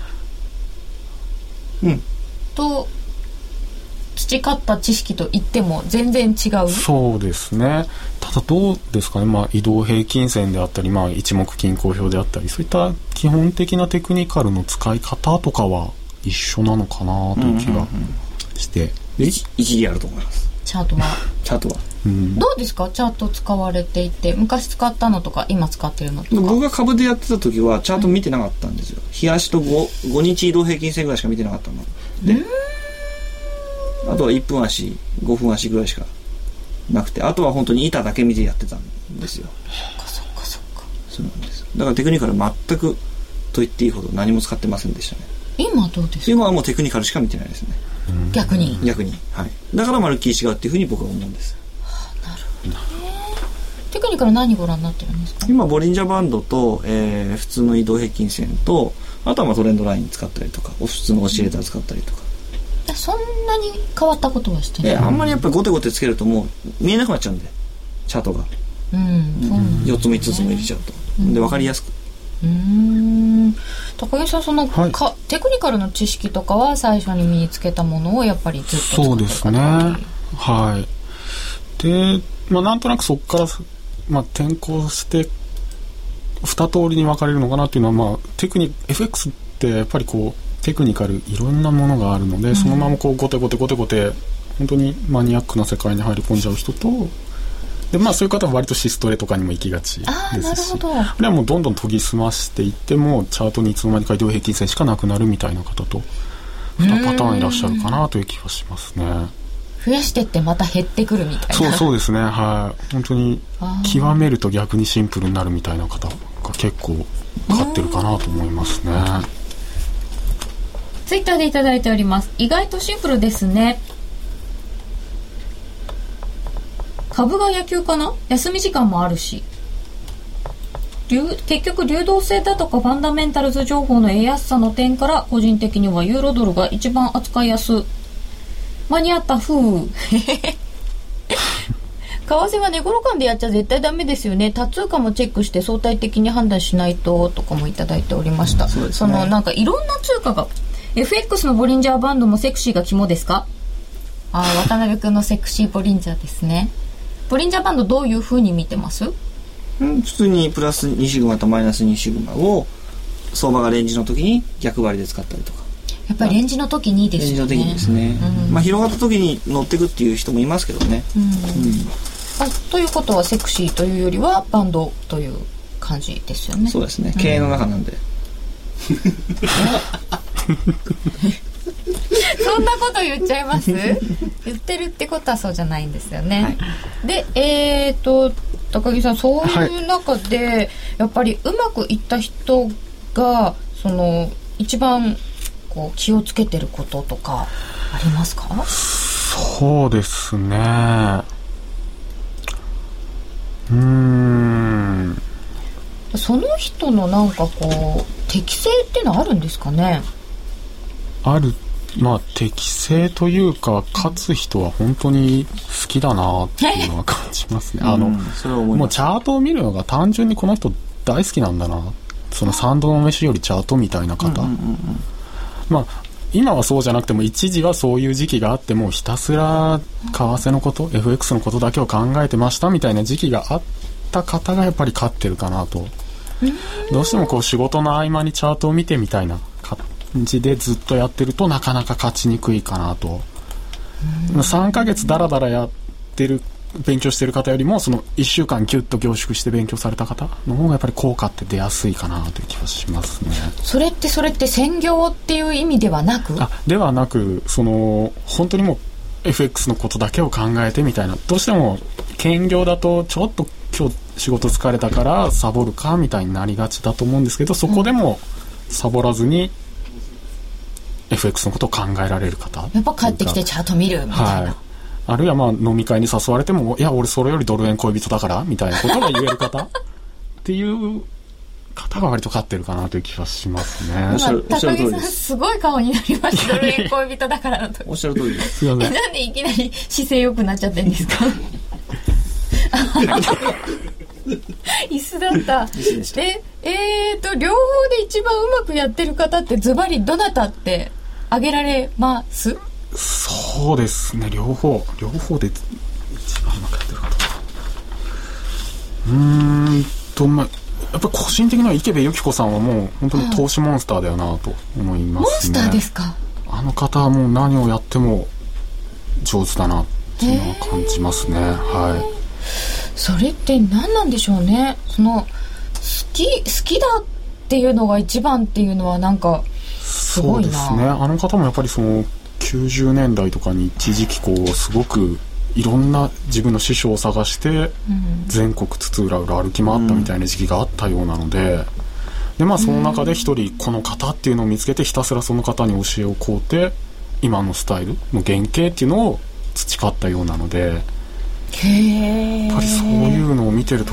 う、うん、と培った知識といっても全然違う。 そうですね。ただどうですかね、移動平均線であったり、一目均衡表であったり、そういった基本的なテクニカルの使い方とかは一緒なのかなという気がして、 一理あると思います。 チャートは、うん、どうですか？チャート使われていて、昔使ったのとか今使ってるのとか。 僕が株でやってた時はチャート見てなかったんですよ。日足と 5日移動平均線ぐらいしか見てなかったので、あとは1分足5分足ぐらいしかなくて、あとは本当に板だけ見てやってたんですよ。 そっかそうなんです。だからテクニカル全くと言っていいほど何も使ってませんでしたね。 今どうですか？ 今はもうテクニカルしか見てないですね。 逆に、 はい、だからまるっきり違うっていうふうに僕は思うんです。 なるほどね。テクニカル何ご覧になってるんですか？ 今ボリンジャーバンドと、普通の移動平均線と、あとはトレンドライン使ったりとか、普通のオシレーター使ったりとか、 そんなに変わったことはしてない。 あんまりやっぱりゴテゴテつけるともう見えなくなっちゃうんで、チャートが、4つも5つも入れちゃうと、で分かりやすく。 高木さんはい、テクニカルの知識とかは最初に身につけたものをやっぱりずっと使ってるか。 そうですね、はい。で、なんとなくそこから、転向して2通りに分かれるのかなっていうのは、FX ってやっぱりテクニカルいろんなものがあるので、そのままゴテゴテ本当にマニアックな世界に入り込んじゃう人と、でそういう方は割とシストレとかにも行きがちですし、これはもうどんどん研ぎ澄ましていってもチャートにいつの間にか移動平均線しかなくなるみたいな方と2パターンいらっしゃるかなという気がしますね。 増やしてってまた減ってくるみたいな。 そうですね、はい。本当に極めると逆にシンプルになるみたいな方が結構買ってるかなと思いますね。 ツイッターでいただいております。意外とシンプルですね。株が野球かな？休み時間もあるし、結局流動性だとかファンダメンタルズ情報の得やすさの点から、個人的にはユーロドルが一番扱いやす。間に合った風為替は値頃感でやっちゃ絶対ダメですよね。多通貨もチェックして相対的に判断しないと、とかもいただいておりました。そうですね、なんかいろんな通貨が FX のボリンジャーバンドもセクシーが肝ですか？渡辺くんのセクシーボリンジャーですね。ボリンジャーバンドどういう風に見てます？ 普通にプラス2シグマとマイナス2シグマを相場がレンジの時に逆張りで使ったりとか。 やっぱりレンジの時にですよね。 レンジの時にですね、広がった時に乗っていくっていう人もいますけどね、 ということはセクシーというよりはバンドという感じですよね。 そうですね、経営の中なんでそんなこと言っちゃいます言ってるってことはそうじゃないんですよね、はい、で高木さん、そういう中で、やっぱりうまくいった人が一番こう気をつけてることとかありますか？ そうですね。 その人のなんかこう適性っていうのはあるんですかね？ ある、まあ適性というか、勝つ人は本当に好きだなっていうのは感じますね。 それは思います。 もうチャートを見るのが単純にこの人大好きなんだな、その3度の飯よりチャートみたいな方、まあ今はそうじゃなくても一時はそういう時期があって、もうひたすら為替のこと FX のことだけを考えてましたみたいな時期があった方がやっぱり勝ってるかなと。どうしてもこう仕事の合間にチャートを見てみたいな感じでずっとやってるとなかなか勝ちにくいかなと。3ヶ月ダラダラやってる勉強してる方よりも、その1週間キュッと凝縮して勉強された方の方がやっぱり効果って出やすいかなという気がしますね。 それって専業っていう意味ではなく？ ではなく、その本当にもう FX のことだけを考えてみたいな。どうしても兼業だとちょっと今日仕事疲れたからサボるかみたいになりがちだと思うんですけど、そこでもサボらずに FX のことを考えられる方、 やっぱ帰ってきてチャート見るみたいな、 あるいはまあ飲み会に誘われても、いや俺それよりドル円恋人だからみたいなことが言える方っていう方が割と勝ってるかなという気がしますね。 高木さんすごい顔になりました。ドル円恋人だからの時。 おっしゃる通りです。 なんでいきなり姿勢良くなっちゃってんですか？椅子だった。両方で一番うまくやってる方ってズバリどなたって挙げられます？ そうですね、両方で一番うまくやってる方、まあやっぱり個人的には池部由紀子さんはもう本当に投資モンスターだよなと思いますね。 モンスターですか？ あの方はもう何をやっても上手だなっていうのは感じますね。 それって何なんでしょうね。その好きだっていうのが一番っていうのはなんかすごいな。 そうですね、あの方もやっぱりその90年代とかに一時期こうすごくいろんな自分の師匠を探して全国津々浦々歩き回ったみたいな時期があったようなので、でまあその中で一人この方っていうのを見つけてひたすらその方に教えを請うて今のスタイルの原型っていうのを培ったようなので、やっぱりそういうのを見てると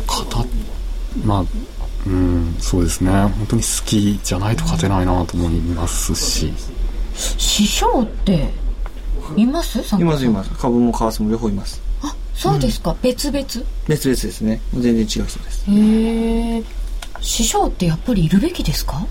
そうですね、本当に好きじゃないと勝てないなと思いますし。 師匠っています？ います。株も為替も両方います。 そうですか。別々 ですね。全然違う人です。 師匠ってやっぱりいるべきですか？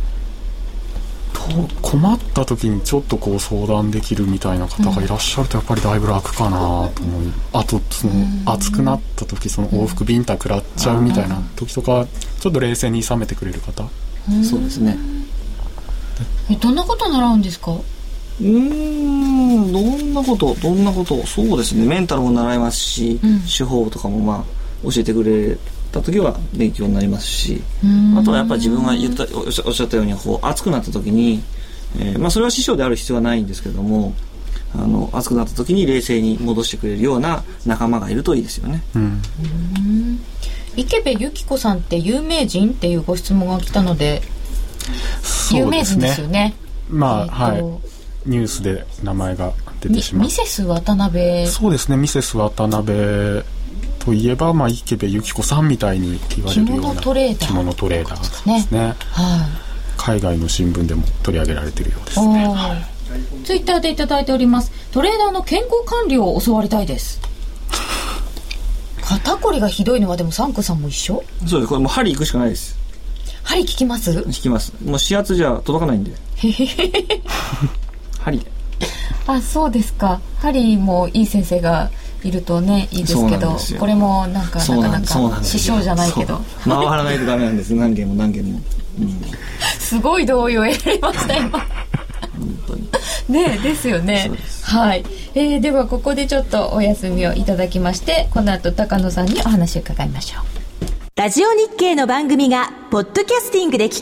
困った時にちょっとこう相談できるみたいな方がいらっしゃるとやっぱりだいぶ楽かなと思い、あとその熱くなった時、その往復ビンタ食らっちゃうみたいな時とかちょっと冷静に冷めてくれる方。 そうですね。 どんなこと習うんですか？ どんなことそうですね、メンタルも習いますし、手法とかもまあ教えてくれた時は勉強になりますし、あとはやっぱり自分がおっしゃったようにこう熱くなった時に、それは師匠である必要はないんですけれども、熱くなった時に冷静に戻してくれるような仲間がいるといいですよね。 池部由紀子さんって有名人っていうご質問が来たので、有名人ですよね。 ニュースで名前が出てしまう。 ミセス渡辺。 そうですね、ミセス渡辺といえば、池部由紀子さんみたいに言われるような着物トレーダーですね。海外の新聞でも取り上げられているようですね。 ツイッターでいただいております。トレーダーの健康管理を教わりたいです。肩こりがひどいのはでもサンクさんも一緒？ そうです。これもう針行くしかないです。 針効きます？効きます。もう指圧じゃ届かないんで。針で。 そうですか。針もいい先生がいるとねいいですけど、これもなかなか師匠じゃないけど回らないとダメなんです。何件も、 すごい同意を得られました今。本当にねですよね。はい、ではここでちょっとお休みをいただきまして、この後高野さんにお話を伺いましょう。 ラジオ日経の番組がポッドキャスティングで聞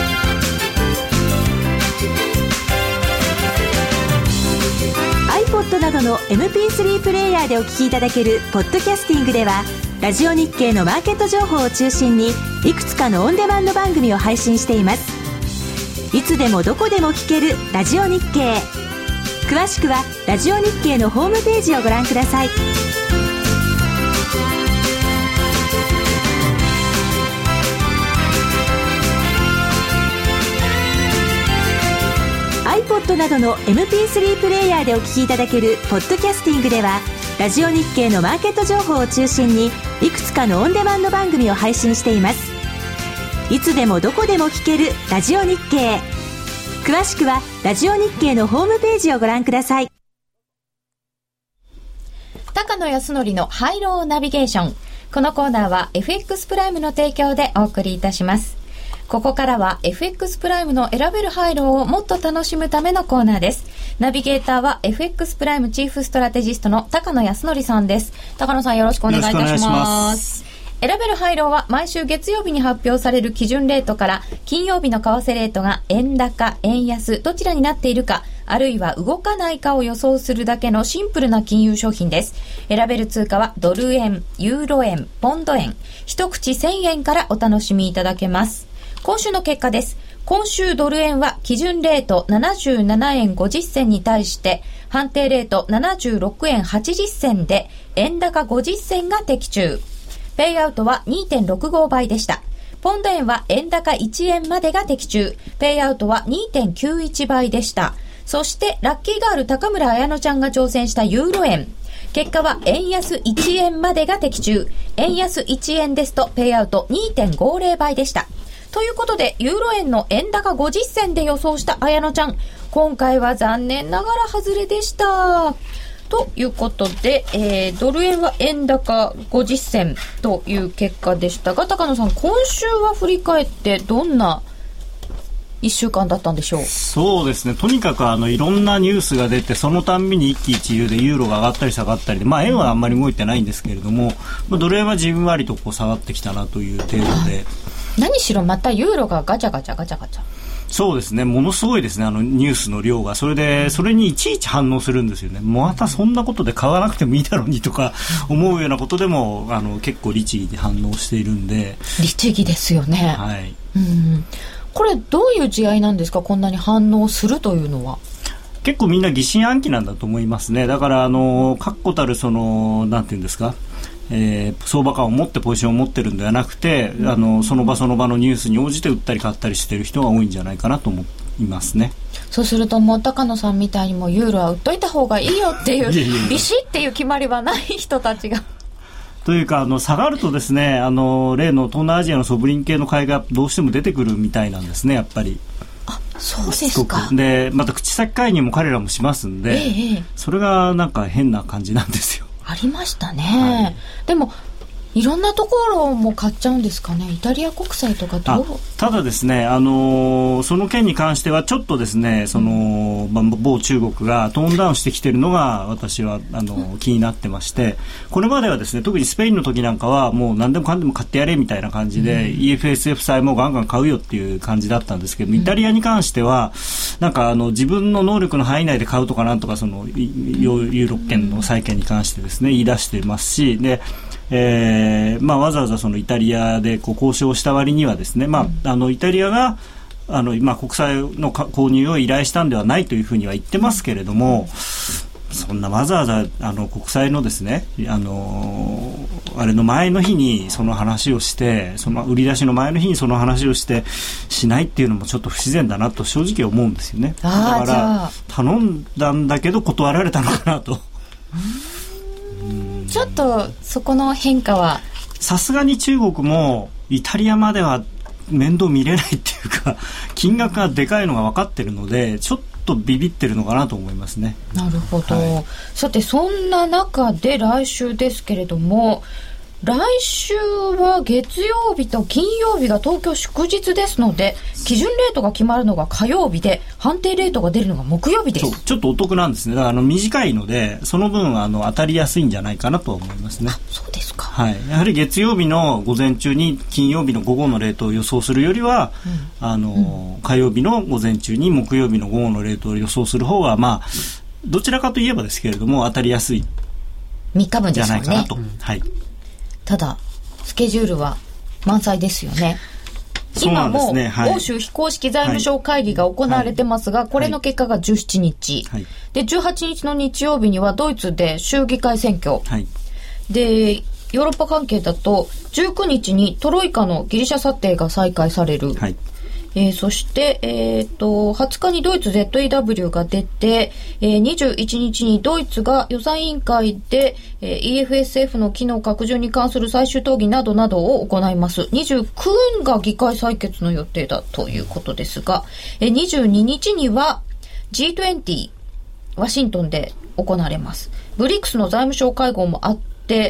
ける。iPod iPod などの MP3 プレイヤーでお聞きいただけるポッドキャスティングでは、ラジオ日経のマーケット情報を中心にいくつかのオンデマンド番組を配信しています。いつでもどこでも聞けるラジオ日経。詳しくはラジオ日経のホームページをご覧ください。iPod などの MP3 プレイヤーでお聞きいただけるポッドキャスティングでは、ラジオ日経のマーケット情報を中心にいくつかのオンデマンド番組を配信しています。いつでもどこでも聞けるラジオ日経。詳しくはラジオ日経のホームページをご覧ください。 高野康則のハイローナビゲーション。このコーナーは FX プライムの提供でお送りいたします。ここからは FX プライムの選べるハイローをもっと楽しむためのコーナーです。ナビゲーターは FX プライムチーフストラテジストの高野康則さんです。高野さん、よろしくお願いいたします。選べるハイローは毎週月曜日に発表される基準レートから金曜日の為替レートが円高、円安どちらになっているか、あるいは動かないかを予想するだけのシンプルな金融商品です。選べる通貨はドル円、ユーロ円、ポンド円、一口1000円からお楽しみいただけます。今週の結果です。今週ドル円は基準レート77円50銭に対して判定レート76円80銭で円高50銭が的中。ペイアウトは 2.65 倍でした。ポンド円は円高1円までが的中。ペイアウトは 2.91 倍でした。そしてラッキーガール高村彩乃ちゃんが挑戦したユーロ円。結果は円安1円までが的中。円安1円ですとペイアウト 2.50 倍でした。ということで、ユーロ円の円高50銭で予想した綾乃ちゃん、今回は残念ながら外れでした。ということで、ドル円は円高50銭という結果でしたが、高野さん、今週は振り返ってどんな1週間だったんでしょう。 そうですね、とにかくいろんなニュースが出て、そのたんびに一喜一憂でユーロが上がったり下がったりで、円はあんまり動いてないんですけれども、ドル円はじんわりと下がってきたなという程度で、 何しろまたユーロがガチャガチャガチャガチャ。 そうですね、ものすごいですね、ニュースの量が。それにいちいち反応するんですよね。またそんなことで買わなくてもいいだろうにとか思うようなことでも結構律儀に反応しているんで。 律儀ですよね。 はい。 これどういう地合いなんですか、こんなに反応するというのは。 結構みんな疑心暗鬼なんだと思いますね。だから確固たるなんていうんですか、相場感を持ってポジションを持ってるんではなくて、その場その場のニュースに応じて売ったり買ったりしてる人が多いんじゃないかなと思いますね。 そうするともう高野さんみたいにもユーロは売っといた方がいいよっていうビシッっていう決まりはない人たちがというか下がるとですね、例の東南アジアのソブリン系の買いがどうしても出てくるみたいなんですね、やっぱり。 あ、そうですか。 でまた口先介入も彼らもしますんで、それがなんか変な感じなんですよ。 ありましたね、はい、でもいろんなところも買っちゃうんですかね。イタリア国債とかどう。 ただですね、その件に関してはちょっとですね、某中国がトーンダウンしてきてるのが私は気になってまして、これまではですね、特にスペインの時なんかはもう何でもかんでも買ってやれみたいな感じで、EFSF 債もガンガン買うよっていう感じだったんですけど、イタリアに関してはなんか自分の能力の範囲内で買うとかなんとか、そのユーロ圏の債券に関してですね言い出していますし、でわざわざそのイタリアで交渉した割にはですね、イタリアが国債の購入を依頼したんではないというふうには言ってますけれども、そんなわざわざ国債のですねあれの前の日にその話をして、その売り出しの前の日にその話をしてしないっていうのもちょっと不自然だなと正直思うんですよね。だから頼んだんだけど断られたのかなと。 ちょっとそこの変化はさすがに中国もイタリアまでは面倒見れないっていうか、金額がでかいのが分かってるのでちょっとビビってるのかなと思いますね。 なるほど、はい、さてそんな中で来週ですけれども、来週は月曜日と金曜日が東京祝日ですので、基準レートが決まるのが火曜日で、判定レートが出るのが木曜日です。 そう、ちょっとお得なんですね。だから短いのでその分当たりやすいんじゃないかなと思いますね。 あ、そうですか。 はい、やはり月曜日の午前中に金曜日の午後のレートを予想するよりは、火曜日の午前中に木曜日の午後のレートを予想する方がどちらかといえばですけれども当たりやすい 3日分ですよね。 じゃないかなと、はい、 ただスケジュールは満載ですよね。今も欧州非公式財務省会議が行われてますが、これの結果が17日、で18日の日曜日にはドイツで州議会選挙、でヨーロッパ関係だと19日にトロイカのギリシャ査定が再開される、そして、20日にドイツ ZEW が出て、21日にドイツが予算委員会で、EFSF の機能拡充に関する最終討議などなどを行います。29日が議会採決の予定だということですが、22日には G20 ワシントンで行われます。ブリックスの財務省会合もあって、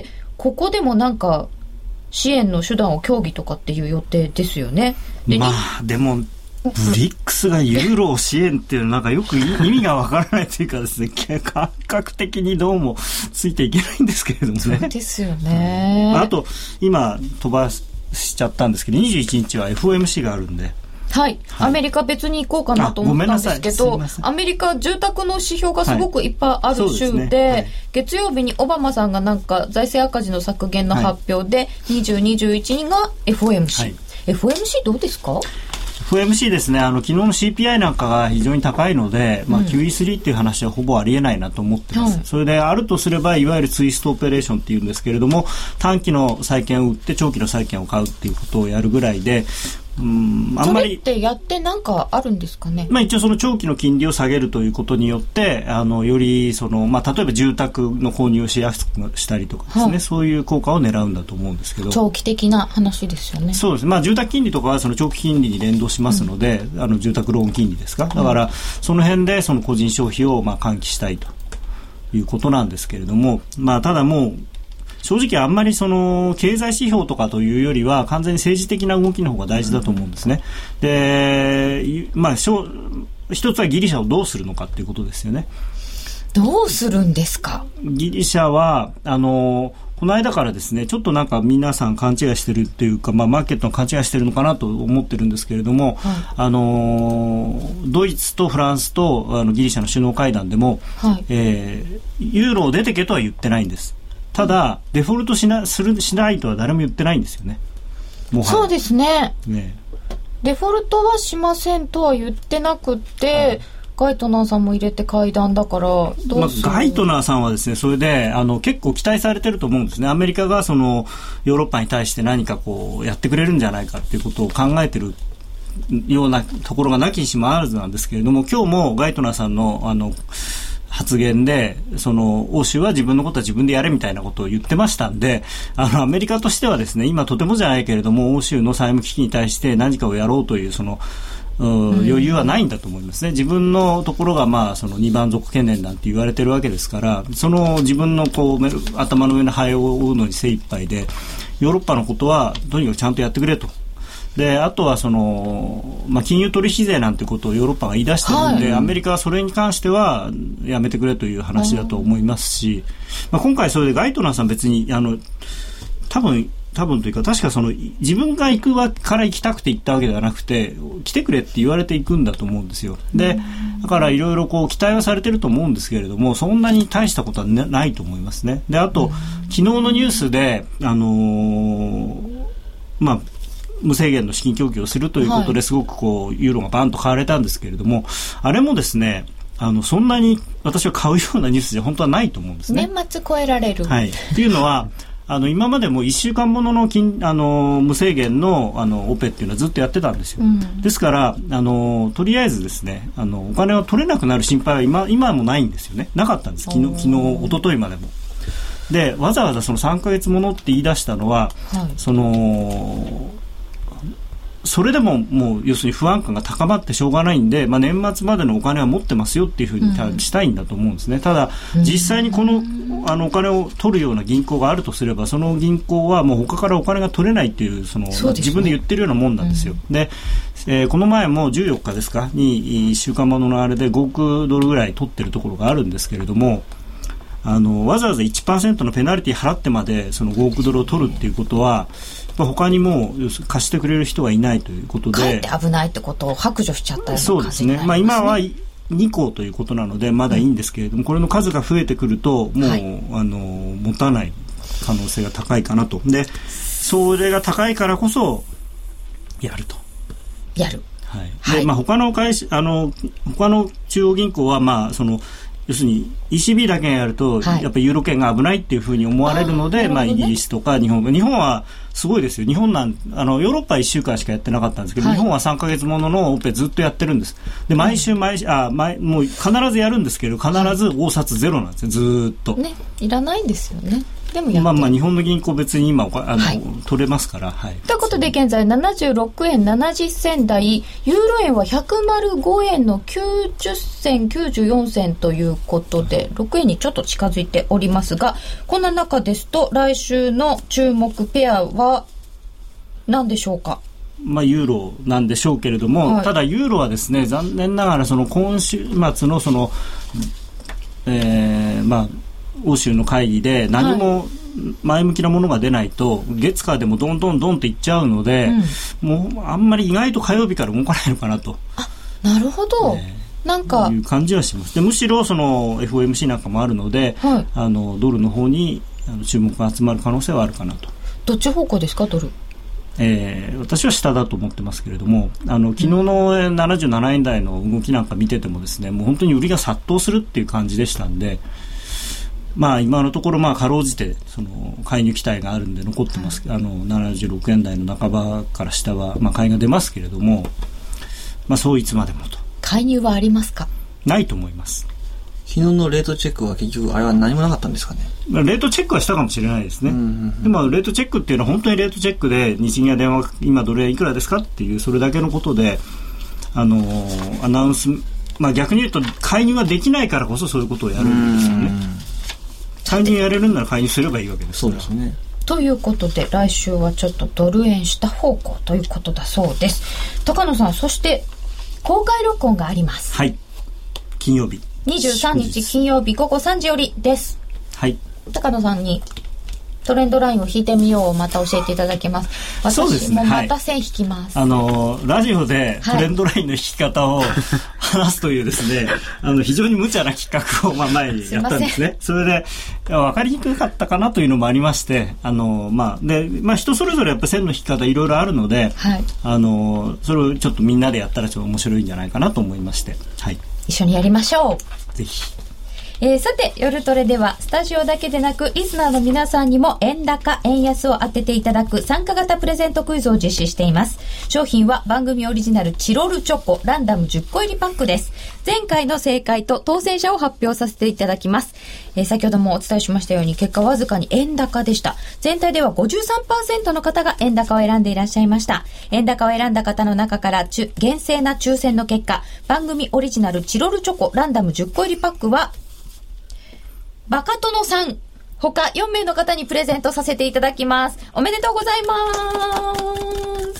ここでもなんか支援の手段を協議とかっていう予定ですよね。 でもブリックスがユーロを支援っていうのなんかよく意味がわからないというかですね、感覚的にどうもついていけないんですけれどもね。 そうですよね。 あと今飛ばしちゃったんですけど、21日は FOMC があるんで、 アメリカ別に行こうかなと思ったんですけど、アメリカ住宅の指標がすごくいっぱいある州で、月曜日にオバマさんがなんか財政赤字の削減の発表で、20、21日が FOMC、FOMC どうですか ？FOMC ですね、昨日の CPI なんかが非常に高いので、QE3 っていう話はほぼありえないなと思ってます、それであるとすればいわゆるツイストオペレーションっていうんですけれども、短期の債券を売って長期の債券を買うっていうことをやるぐらいで、あんまりそれってやってなんかあるんですかね。 一応その長期の金利を下げるということによってより例えば住宅の購入をしやすくしたりとかですね、そういう効果を狙うんだと思うんですけど、 長期的な話ですよね。 そうです、住宅金利とかはその長期金利に連動しますので、住宅ローン金利ですか、だからその辺でその個人消費を喚起したいということなんですけれども、ただもう正直あんまりその経済指標とかというよりは完全に政治的な動きの方が大事だと思うんですね。で、一つはギリシャをどうするのかということですよね。 どうするんですか？ ギリシャはこの間からですね、ちょっとなんか皆さん勘違いしてるというか、マーケットの勘違いしてるのかなと思ってるんですけれども、ドイツとフランスとギリシャの首脳会談でも、ユーロを出てけとは言ってないんです。ただデフォルトしないとは誰も言ってないんですよね。 そうですね。デフォルトはしませんとは言ってなくて、ガイトナーさんも入れて会談だからどうする、 ガイトナーさんはですね、それで結構期待されてると思うんですね。アメリカがそのヨーロッパに対して何かこうやってくれるんじゃないかっていうことを考えてるようなところがなきにしもあらずなんですけれども、今日もガイトナーさんの発言でその欧州は自分のことは自分でやれみたいなことを言ってましたんで、アメリカとしてはですね、今とてもじゃないけれども欧州の債務危機に対して何かをやろうというその余裕はないんだと思いますね。自分のところがその2番属懸念なんて言われてるわけですから、その自分の頭の上の灰を追うのに精一杯で、ヨーロッパのことはとにかくちゃんとやってくれと。であとはその、金融取引税なんてことをヨーロッパが言い出してるんで、アメリカはそれに関してはやめてくれという話だと思いますし、今回それでガイトナーさん別に多分というか、確かその自分が行くから行きたくて行ったわけではなくて、来てくれって言われて行くんだと思うんですよ。でだからいろいろこう期待はされてると思うんですけれども、そんなに大したことはないと思いますね。であと、昨日のニュースで無制限の資金供給をするということですごくこうユーロがバンと買われたんですけれども、あれもですね、そんなに私は買うようなニュースじゃ本当はないと思うんですね。 年末超えられる、 っていうのは今までも1週間ものの無制限のオペっていうのはずっとやってたんですよ、ですからとりあえずですねお金を取れなくなる心配は今もないんですよね。なかったんです。昨日一昨日までも。でわざわざその3ヶ月ものって言い出したのは、それでももう要するに不安感が高まってしょうがないんで、年末までのお金は持ってますよっていうふうにしたいんだと思うんですね。ただ実際にこのお金を取るような銀行があるとすれば、その銀行はもう他からお金が取れないっていう自分で言ってるようなもんなんですよ。でこの前も14日ですかに1週間もののあれで5億ドルぐらい取ってるところがあるんですけれども、わざわざ 1% のペナルティ払ってまでその5億ドルを取るっていうことは他にも貸してくれる人がいないということで、 かえって危ないってことを白状しちゃったような感じになりますね。 そうですね。今は 2項ということなのでまだいいんですけれども、これの数が増えてくるともう、はい、持たない可能性が高いかなと。でそれが高いからこそやる。はい。で、他の中央銀行は要するに ECB だけがやると、やっぱりユーロ圏が危ないっていうふうに思われるので、イギリスとか日本はすごいですよ。日本ヨーロッパは1週間しかやってなかったんですけど、日本は3ヶ月もののオペずっとやってるんです。で毎週もう必ずやるんですけど、必ず応札ゼロなんですよ、ずっと。 ね、いらないんですよね。でも日本の銀行別に今取れますから、はい。 ということで現在76円70銭台、ユーロ円は105円の90銭94銭ということで6円にちょっと近づいておりますが、こんな中ですと来週の注目ペアは何でしょうか。 ユーロなんでしょうけれども、ただユーロはですね、残念ながら今週末の欧州の会議で何も前向きなものが出ないと、月火でもどんどんっていっちゃうので、もうあんまり意外と火曜日から動かないのかなと。 なるほど、なんかいう感じはします。でむしろFOMC なんかもあるので、ドルの方に注目が集まる可能性はあるかなと。 どっち方向ですか、ドル。 私は下だと思ってますけれども、昨日の77円台の動きなんか見ててもですね、もう本当に売りが殺到するっていう感じでしたんで、今のところかろうじて介入期待があるんで残ってます。76円台の半ばから下は買いが出ますけれども、そういつまでもと。 介入はありますか。 ないと思います。 昨日のレートチェックは結局あれは何もなかったんですかね。 レートチェックはしたかもしれないですね。でもレートチェックっていうのは本当にレートチェックで、日銀が電話今どれいくらですかっていうそれだけのことでアナウンス、逆に言うと介入ができないからこそそういうことをやるんですよね。介入やれるんなら介入すればいいわけですから。 そうですね。 ということで来週はちょっとドル円下方向ということだそうです。高野さん、そして公開録音があります。 はい、金曜日 23日金曜日午後3時よりです。 はい。 高野さんにトレンドラインを引いてみようをまた教えていただけます。私もまた線引きます。 ラジオでトレンドラインの引き方を話すというですね、非常に無茶な企画を前にやったんですね。それで分かりにくかったかなというのもありまして、人それぞれやっぱ線の引き方いろいろあるので、それをちょっとみんなでやったらちょっと面白いんじゃないかなと思いまして、 一緒にやりましょう。ぜひ。 さて夜トレではスタジオだけでなくリスナーの皆さんにも円高円安を当てていただく参加型プレゼントクイズを実施しています。商品は番組オリジナルチロルチョコランダム10個入りパックです。前回の正解と当選者を発表させていただきます。先ほどもお伝えしましたように結果わずかに円高でした。全体では 53% の方が円高を選んでいらっしゃいました。円高を選んだ方の中から厳正な抽選の結果、番組オリジナルチロルチョコランダム10個入りパックはバカ殿さん他4名の方にプレゼントさせていただきます。おめでとうございます。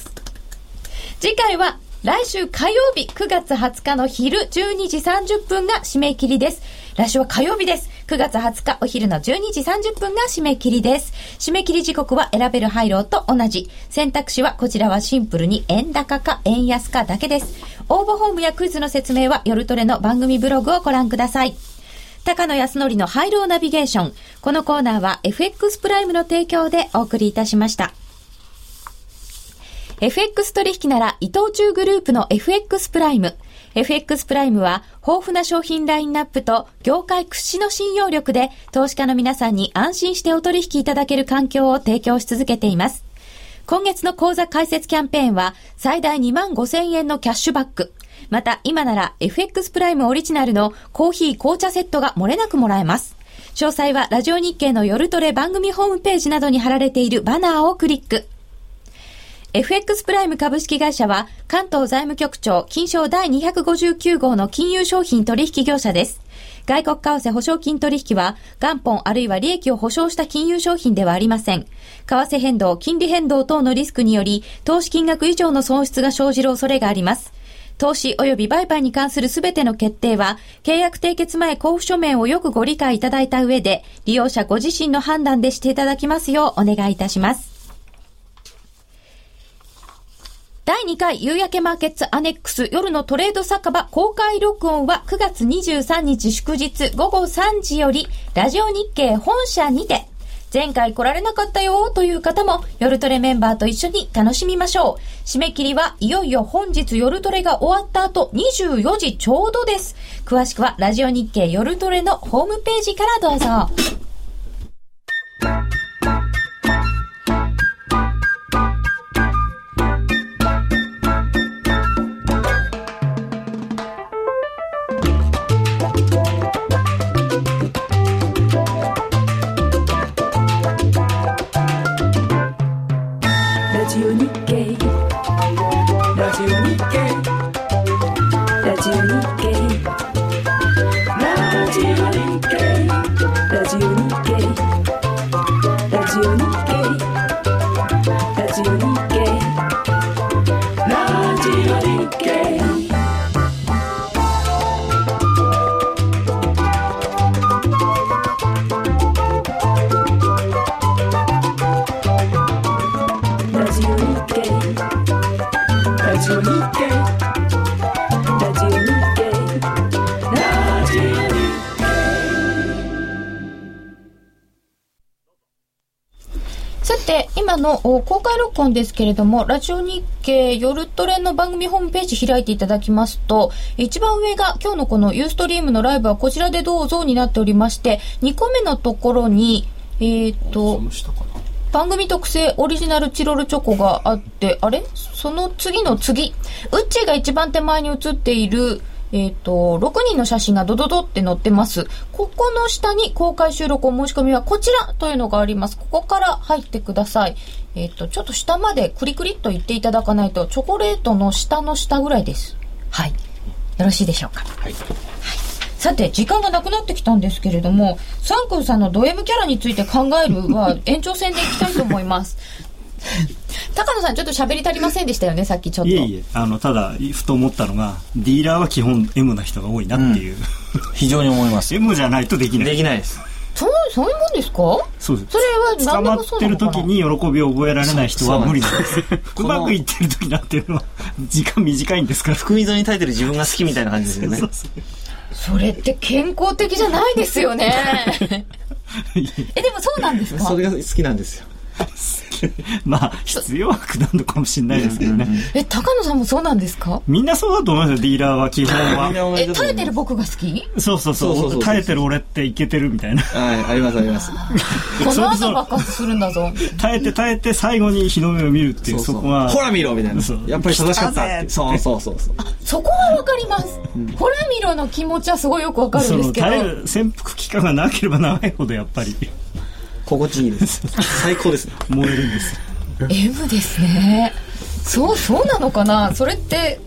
次回は来週火曜日9月20日の昼12時30分が締め切りです。来週は火曜日です。9月20日お昼の12時30分が締め切りです。締め切り時刻は選べる配慮と同じ。選択肢はこちらはシンプルに円高か円安かだけです。応募フォームやクイズの説明は夜トレの番組ブログをご覧ください。高野康則のハイローナビゲーション。このコーナーは FX プライムの提供でお送りいたしました。FX 取引なら伊藤忠グループの FX プライム。FX プライムは豊富な商品ラインナップと業界屈指の信用力で投資家の皆さんに安心してお取引いただける環境を提供し続けています。今月の口座開設キャンペーンは最大25,000円のキャッシュバック。また今なら FX プライムオリジナルのコーヒー紅茶セットが漏れなくもらえます。詳細はラジオ日経の夜トレ番組ホームページなどに貼られているバナーをクリック。FX プライム株式会社は関東財務局長金賞第259号の金融商品取引業者です。外国為替保証金取引は元本あるいは利益を保証した金融商品ではありません。為替変動、金利変動等のリスクにより投資金額以上の損失が生じる恐れがあります。投資及び売買に関するすべての決定は契約締結前交付書面をよくご理解いただいた上で利用者ご自身の判断でしていただきますようお願いいたします。 第2回夕焼けマーケッツアネックス夜のトレード酒場公開録音は9月23日祝日午後3時よりラジオ日経本社にて、前回来られなかったよという方も夜トレメンバーと一緒に楽しみましょう。締め切りはいよいよ本日夜トレが終わった後24時ちょうどです。詳しくはラジオ日経夜トレのホームページからどうぞ。今の公開録音ですけれども、ラジオ日経夜トレの番組ホームページ開いていただきますと、一番上が今日のこのユーストリームのライブはこちらでどうぞになっておりまして、2個目のところに番組特製オリジナルチロルチョコがあって、あれその次の次、ウッチーが一番手前に写っている6人の写真がドドドって載ってます。ここの下に公開収録お申し込みはこちらというのがあります。ここから入ってください。ちょっと下までクリクリっと言っていただかないと、チョコレートの下の下ぐらいです。はい。よろしいでしょうか。はい。さて、時間がなくなってきたんですけれども、サン君さんのド M キャラについて考えるは延長戦でいきたいと思います。高野さんちょっと喋り足りませんでしたよね、さっきちょっと。 いえいえ、ただふと思ったのが、ディーラーは基本 M な人が多いなっていう、 非常に思います。 M じゃないとできない。 できないです。 そういうもんですか？ そうです。 それは何でもそうなのかな。 捕まってる時に喜びを覚えられない人は無理なんです。うまくいってる時なんていうのは時間短いんですから。 福溝に耐えてる自分が好きみたいな感じですよね。 それって健康的じゃないですよね。でもそうなんですか？ それが好きなんですよ。 まあ必要悪なのかもしれないですけどね。 高野さんもそうなんですか？ みんなそうだと思いますよ。ディーラーは基本は。 耐えてる僕が好き？ そう耐えてる俺っていけてるみたいな。 はい、ありますあります。 この後爆発するんだぞ。 耐えて最後に日の目を見るっていう、そこはほら見ろみたいな。やっぱり正しかったって。そう。 そこはわかります。ほら見ろの気持ちはすごいよくわかるんですけど。 耐える潜伏期間が長ければ長いほどやっぱり心地いいです。最高ですね。 燃えるんです。 M ですね。そうなのかな。それって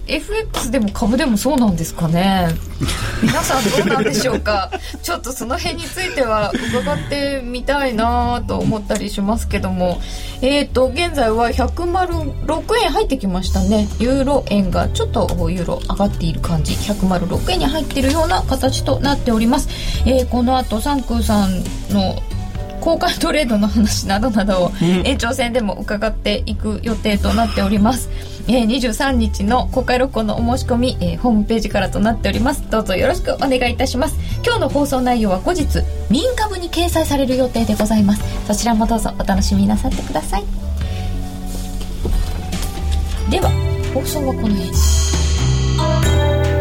FX でも株でもそうなんですかね。皆さんどうなんでしょうか。ちょっとその辺については伺ってみたいなと思ったりしますけども、現在は106円入ってきましたね。ユーロ円がちょっとユーロ上がっている感じ、106円に入っているような形となっております。この後サンクーさんの公開トレードの話などなどを延長戦でも伺っていく予定となっております。23日の公開録音のお申し込み、ホームページからとなっております。どうぞよろしくお願いいたします。今日の放送内容は後日民株に掲載される予定でございます。そちらもどうぞお楽しみなさってください。では放送はこの辺。